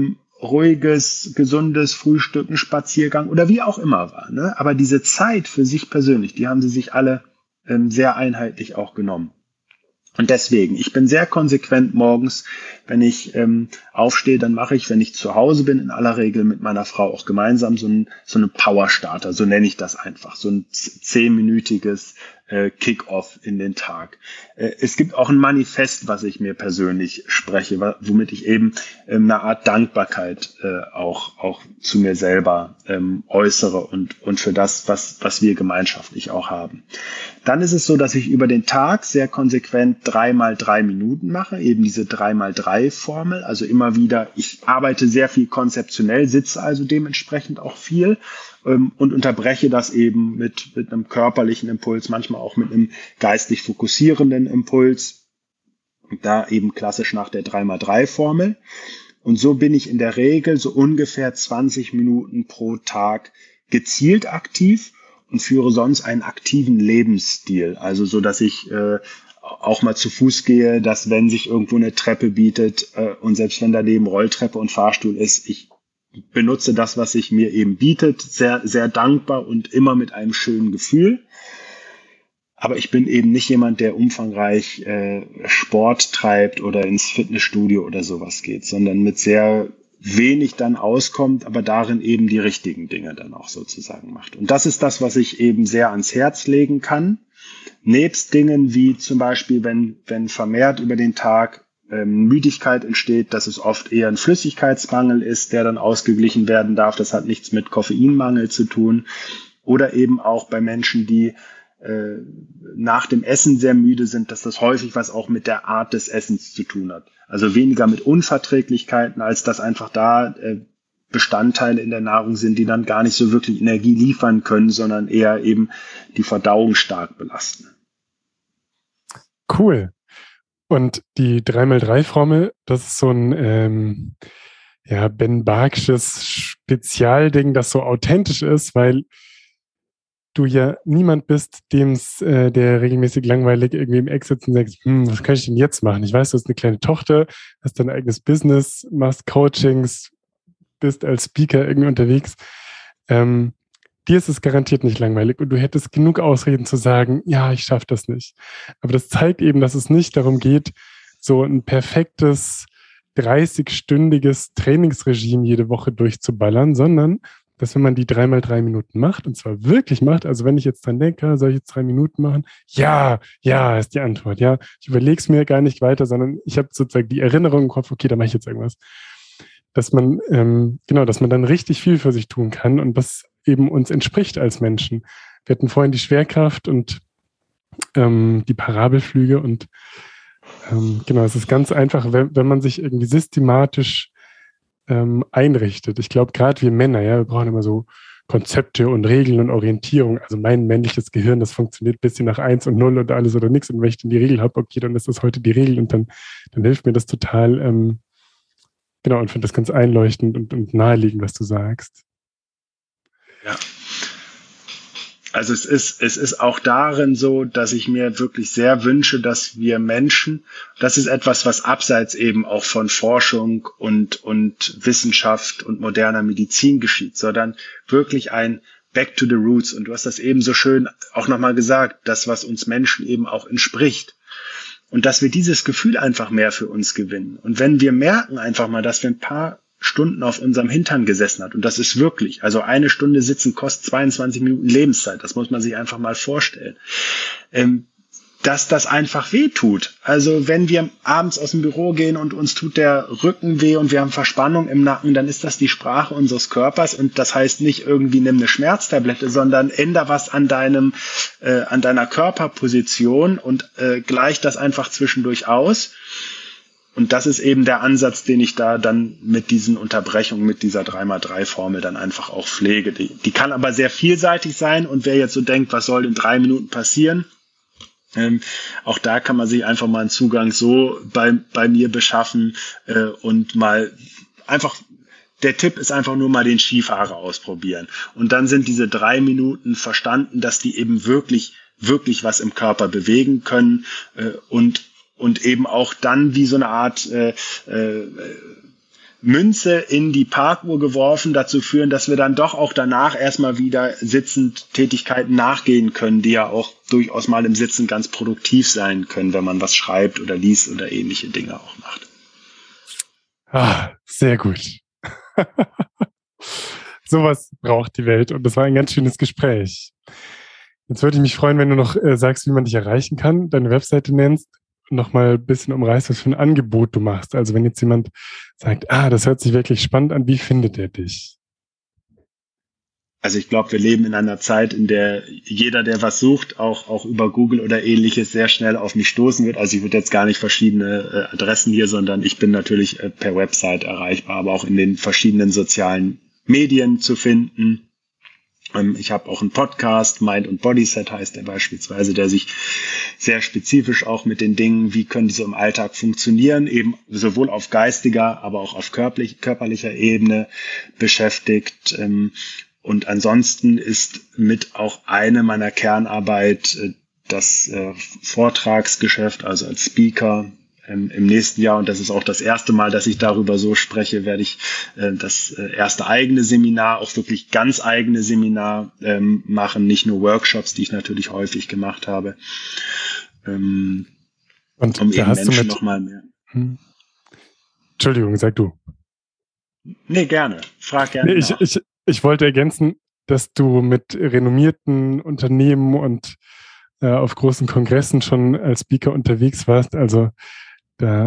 ruhiges, gesundes Frühstücken, Spaziergang oder wie auch immer war. Ne? Aber diese Zeit für sich persönlich, die haben sie sich alle sehr einheitlich auch genommen. Und deswegen, ich bin sehr konsequent morgens, wenn ich aufstehe, dann mache ich, wenn ich zu Hause bin, in aller Regel mit meiner Frau auch gemeinsam so einen Power-Starter, so nenne ich das einfach, so ein 10-minütiges Kick-Off in den Tag. Es gibt auch ein Manifest, was ich mir persönlich spreche, womit ich eben eine Art Dankbarkeit auch zu mir selber äußere und für das, was wir gemeinschaftlich auch haben. Dann ist es so, dass ich über den Tag sehr konsequent 3x3 Minuten mache, eben diese 3x3-Formel, also immer wieder, ich arbeite sehr viel konzeptionell, sitze also dementsprechend auch viel und unterbreche das eben mit einem körperlichen Impuls, manchmal auch mit einem geistig fokussierenden Impuls, und da eben klassisch nach der 3x3-Formel. Und so bin ich in der Regel so ungefähr 20 Minuten pro Tag gezielt aktiv und führe sonst einen aktiven Lebensstil, also so, dass ich auch mal zu Fuß gehe, dass wenn sich irgendwo eine Treppe bietet und selbst wenn daneben Rolltreppe und Fahrstuhl ist, ich benutze das, was sich mir eben bietet, sehr, sehr dankbar und immer mit einem schönen Gefühl. Aber ich bin eben nicht jemand, der umfangreich Sport treibt oder ins Fitnessstudio oder sowas geht, sondern mit sehr wenig dann auskommt, aber darin eben die richtigen Dinge dann auch sozusagen macht. Und das ist das, was ich eben sehr ans Herz legen kann. Nebst Dingen wie zum Beispiel, wenn vermehrt über den Tag Müdigkeit entsteht, dass es oft eher ein Flüssigkeitsmangel ist, der dann ausgeglichen werden darf. Das hat nichts mit Koffeinmangel zu tun. Oder eben auch bei Menschen, die nach dem Essen sehr müde sind, dass das häufig was auch mit der Art des Essens zu tun hat. Also weniger mit Unverträglichkeiten, als dass einfach da Bestandteile in der Nahrung sind, die dann gar nicht so wirklich Energie liefern können, sondern eher eben die Verdauung stark belasten. Cool. Und die 3x3-Formel, das ist so ein Ben Barksches Spezialding, das so authentisch ist, weil du ja niemand bist, der regelmäßig langweilig irgendwie im Eck sitzt und sagt, was kann ich denn jetzt machen? Ich weiß, du hast eine kleine Tochter, hast dein eigenes Business, machst Coachings, bist als Speaker irgendwie unterwegs. Dir ist es garantiert nicht langweilig und du hättest genug Ausreden zu sagen, ja, ich schaffe das nicht. Aber das zeigt eben, dass es nicht darum geht, so ein perfektes 30-stündiges Trainingsregime jede Woche durchzuballern, sondern dass wenn man die 3x3 Minuten macht, und zwar wirklich macht, also wenn ich jetzt dran denke, soll ich jetzt 3 Minuten machen? Ja, ist die Antwort. Ja, ich überlege es mir gar nicht weiter, sondern ich habe sozusagen die Erinnerung im Kopf, okay, da mache ich jetzt irgendwas. Dass man dann richtig viel für sich tun kann und das eben uns entspricht als Menschen. Wir hatten vorhin die Schwerkraft und die Parabelflüge und es ist ganz einfach, wenn man sich irgendwie systematisch einrichtet. Ich glaube, gerade wir Männer, ja, wir brauchen immer so Konzepte und Regeln und Orientierung. Also mein männliches Gehirn, das funktioniert ein bisschen nach 1 und 0 und alles oder nichts. Und wenn ich dann die Regel habe, okay, dann ist das heute die Regel und dann hilft mir das total, und finde das ganz einleuchtend und naheliegend, was du sagst. Ja. Also es ist auch darin so, dass ich mir wirklich sehr wünsche, dass wir Menschen, das ist etwas, was abseits eben auch von Forschung und Wissenschaft und moderner Medizin geschieht, sondern wirklich ein Back to the Roots. Und du hast das eben so schön auch nochmal gesagt, das, was uns Menschen eben auch entspricht. Und dass wir dieses Gefühl einfach mehr für uns gewinnen. Und wenn wir merken einfach mal, dass wir ein paar Stunden auf unserem Hintern gesessen hat. Und das ist wirklich, also 1 Stunde sitzen kostet 22 Minuten Lebenszeit. Das muss man sich einfach mal vorstellen. Dass das einfach weh tut. Also wenn wir abends aus dem Büro gehen und uns tut der Rücken weh und wir haben Verspannung im Nacken, dann ist das die Sprache unseres Körpers. Und das heißt nicht irgendwie nimm eine Schmerztablette, sondern änder was an deiner Körperposition und gleich das einfach zwischendurch aus. Und das ist eben der Ansatz, den ich da dann mit diesen Unterbrechungen, mit dieser 3x3-Formel dann einfach auch pflege. Die kann aber sehr vielseitig sein und wer jetzt so denkt, was soll in 3 Minuten passieren? Auch da kann man sich einfach mal einen Zugang so bei mir beschaffen und mal einfach, der Tipp ist einfach nur mal den Skifahrer ausprobieren. Und dann sind diese 3 Minuten verstanden, dass die eben wirklich, wirklich was im Körper bewegen können und eben auch dann wie so eine Art Münze in die Parkuhr geworfen, dazu führen, dass wir dann doch auch danach erstmal wieder sitzend Tätigkeiten nachgehen können, die ja auch durchaus mal im Sitzen ganz produktiv sein können, wenn man was schreibt oder liest oder ähnliche Dinge auch macht. Sehr gut. Sowas braucht die Welt und das war ein ganz schönes Gespräch. Jetzt würde ich mich freuen, wenn du noch sagst, wie man dich erreichen kann, deine Webseite nennst, nochmal ein bisschen umreißt, was für ein Angebot du machst. Also wenn jetzt jemand sagt, das hört sich wirklich spannend an, wie findet er dich? Also ich glaube, wir leben in einer Zeit, in der jeder, der was sucht, auch über Google oder ähnliches sehr schnell auf mich stoßen wird. Also ich würde jetzt gar nicht verschiedene Adressen hier, sondern ich bin natürlich per Website erreichbar, aber auch in den verschiedenen sozialen Medien zu finden. Ich habe auch einen Podcast, Mind und Bodyset heißt der beispielsweise, der sich sehr spezifisch auch mit den Dingen, wie können die so im Alltag funktionieren, eben sowohl auf geistiger, aber auch auf körperlicher Ebene beschäftigt. Und ansonsten ist mit auch eine meiner Kernarbeit das Vortragsgeschäft, also als Speaker. Im nächsten Jahr, und das ist auch das erste Mal, dass ich darüber so spreche, werde ich das erste eigene Seminar, auch wirklich ganz eigene Seminar machen, nicht nur Workshops, die ich natürlich häufig gemacht habe. Und da hast Menschen du noch mal mehr. Entschuldigung, sag du. Nee, gerne. Frag gerne. Nee, ich wollte ergänzen, dass du mit renommierten Unternehmen und auf großen Kongressen schon als Speaker unterwegs warst. Also da,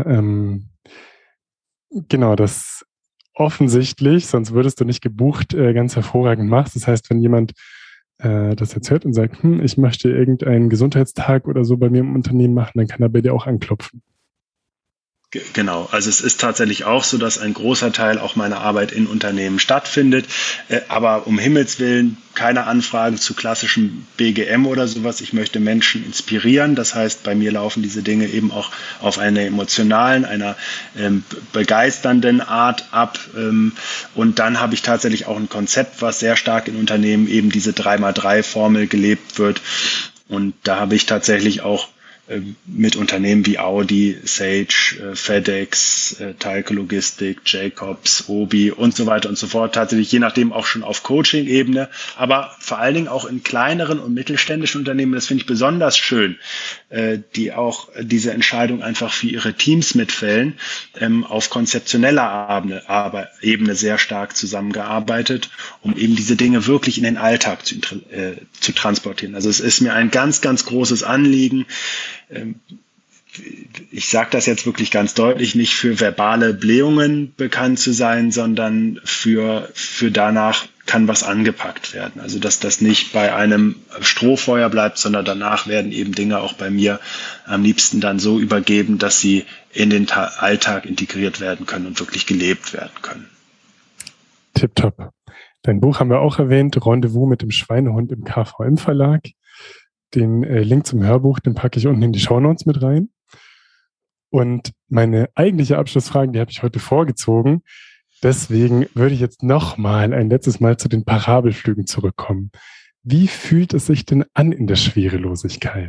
genau, das offensichtlich, sonst würdest du nicht gebucht, ganz hervorragend machst. Das heißt, wenn jemand das jetzt hört und sagt, ich möchte irgendeinen Gesundheitstag oder so bei mir im Unternehmen machen, dann kann er bei dir auch anklopfen. Genau, also es ist tatsächlich auch so, dass ein großer Teil auch meiner Arbeit in Unternehmen stattfindet, aber um Himmels Willen keine Anfragen zu klassischem BGM oder sowas. Ich möchte Menschen inspirieren, das heißt, bei mir laufen diese Dinge eben auch auf einer emotionalen, einer begeisternden Art ab, und dann habe ich tatsächlich auch ein Konzept, was sehr stark in Unternehmen eben diese 3x3-Formel gelebt wird, und da habe ich tatsächlich auch mit Unternehmen wie Audi, Sage, FedEx, Talke Logistik, Jacobs, Obi und so weiter und so fort. Tatsächlich je nachdem auch schon auf Coaching-Ebene, aber vor allen Dingen auch in kleineren und mittelständischen Unternehmen. Das finde ich besonders schön, die auch diese Entscheidung einfach für ihre Teams mitfällen, auf konzeptioneller Ebene sehr stark zusammengearbeitet, um eben diese Dinge wirklich in den Alltag zu transportieren. Also es ist mir ein ganz, ganz großes Anliegen. Ich sage das jetzt wirklich ganz deutlich, nicht für verbale Blähungen bekannt zu sein, sondern für danach kann was angepackt werden. Also dass das nicht bei einem Strohfeuer bleibt, sondern danach werden eben Dinge auch bei mir am liebsten dann so übergeben, dass sie in den Alltag integriert werden können und wirklich gelebt werden können. Tipptopp. Dein Buch haben wir auch erwähnt, Rendezvous mit dem Schweinehund im KVM-Verlag. Den Link zum Hörbuch, den packe ich unten in die Shownotes mit rein. Und meine eigentliche Abschlussfrage, die habe ich heute vorgezogen. Deswegen würde ich jetzt ein letztes Mal zu den Parabelflügen zurückkommen. Wie fühlt es sich denn an in der Schwerelosigkeit?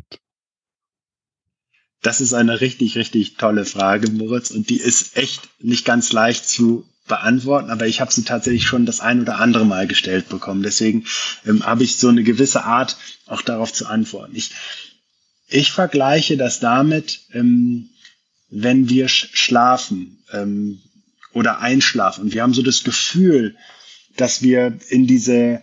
Das ist eine richtig, richtig tolle Frage, Moritz. Und die ist echt nicht ganz leicht zu beantworten, aber ich habe sie tatsächlich schon das ein oder andere Mal gestellt bekommen. Deswegen habe ich so eine gewisse Art, auch darauf zu antworten. Ich vergleiche das damit, wenn wir schlafen oder einschlafen und wir haben so das Gefühl, dass wir in diese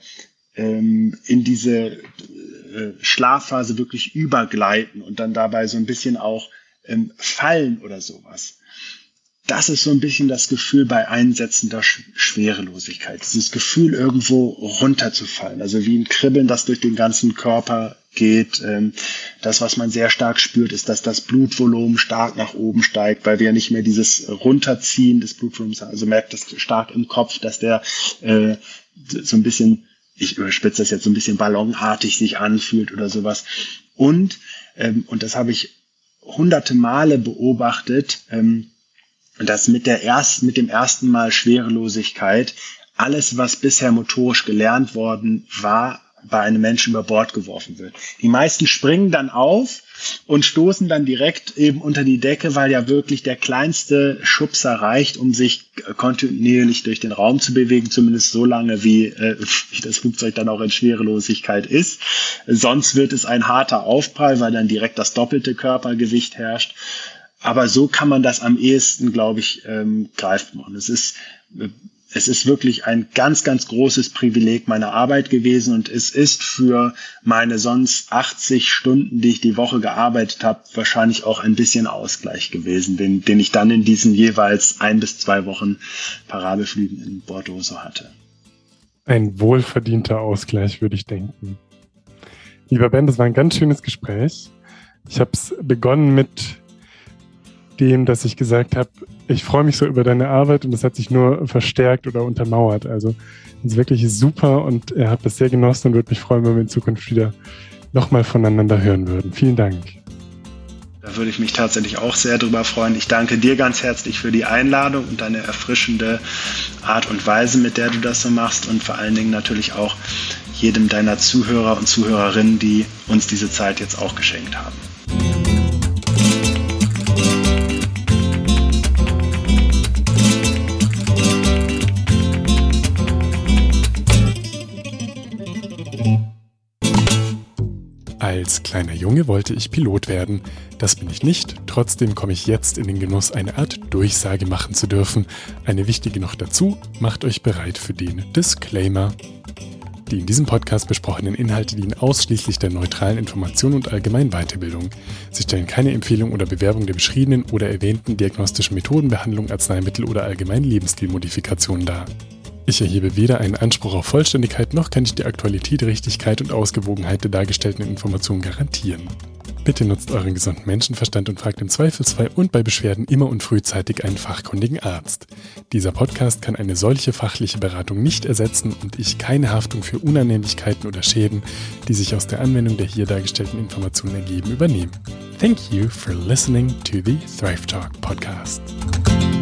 Schlafphase wirklich übergleiten und dann dabei so ein bisschen auch fallen oder sowas. Das ist so ein bisschen das Gefühl bei einsetzender Schwerelosigkeit. Dieses Gefühl, irgendwo runterzufallen. Also wie ein Kribbeln, das durch den ganzen Körper geht. Das, was man sehr stark spürt, ist, dass das Blutvolumen stark nach oben steigt, weil wir nicht mehr dieses Runterziehen des Blutvolumens haben. Also merkt das stark im Kopf, dass der so ein bisschen, ich überspitze das jetzt, so ein bisschen ballonartig sich anfühlt oder sowas. Und das habe ich hunderte Male beobachtet, dass mit dem ersten Mal Schwerelosigkeit alles, was bisher motorisch gelernt worden war, bei einem Menschen über Bord geworfen wird. Die meisten springen dann auf und stoßen dann direkt eben unter die Decke, weil ja wirklich der kleinste Schubser reicht, um sich kontinuierlich durch den Raum zu bewegen, zumindest so lange, wie das Flugzeug dann auch in Schwerelosigkeit ist. Sonst wird es ein harter Aufprall, weil dann direkt das doppelte Körpergewicht herrscht. Aber so kann man das am ehesten, glaube ich, greifbar machen. Es ist wirklich ein ganz, ganz großes Privileg meiner Arbeit gewesen und es ist für meine sonst 80 Stunden, die ich die Woche gearbeitet habe, wahrscheinlich auch ein bisschen Ausgleich gewesen, den ich dann in diesen jeweils 1 bis 2 Wochen Parabelflügen in Bordeaux so hatte. Ein wohlverdienter Ausgleich, würde ich denken. Lieber Ben, das war ein ganz schönes Gespräch. Ich habe es begonnen mit dem, dass ich gesagt habe, ich freue mich so über deine Arbeit und das hat sich nur verstärkt oder untermauert. Also es ist wirklich super und ich habe das sehr genossen und würde mich freuen, wenn wir in Zukunft wieder nochmal voneinander hören würden. Vielen Dank. Da würde ich mich tatsächlich auch sehr drüber freuen. Ich danke dir ganz herzlich für die Einladung und deine erfrischende Art und Weise, mit der du das so machst und vor allen Dingen natürlich auch jedem deiner Zuhörer und Zuhörerinnen, die uns diese Zeit jetzt auch geschenkt haben. Als kleiner Junge wollte ich Pilot werden. Das bin ich nicht. Trotzdem komme ich jetzt in den Genuss, eine Art Durchsage machen zu dürfen. Eine wichtige noch dazu, macht euch bereit für den Disclaimer. Die in diesem Podcast besprochenen Inhalte dienen ausschließlich der neutralen Information und allgemeinen Weiterbildung. Sie stellen keine Empfehlung oder Bewerbung der beschriebenen oder erwähnten diagnostischen Methoden, Behandlung, Arzneimittel oder allgemeinen Lebensstilmodifikationen dar. Ich erhebe weder einen Anspruch auf Vollständigkeit, noch kann ich die Aktualität, Richtigkeit und Ausgewogenheit der dargestellten Informationen garantieren. Bitte nutzt euren gesunden Menschenverstand und fragt im Zweifelsfall und bei Beschwerden immer und frühzeitig einen fachkundigen Arzt. Dieser Podcast kann eine solche fachliche Beratung nicht ersetzen und ich keine Haftung für Unannehmlichkeiten oder Schäden, die sich aus der Anwendung der hier dargestellten Informationen ergeben, übernehmen. Thank you for listening to the Thrive Talk Podcast.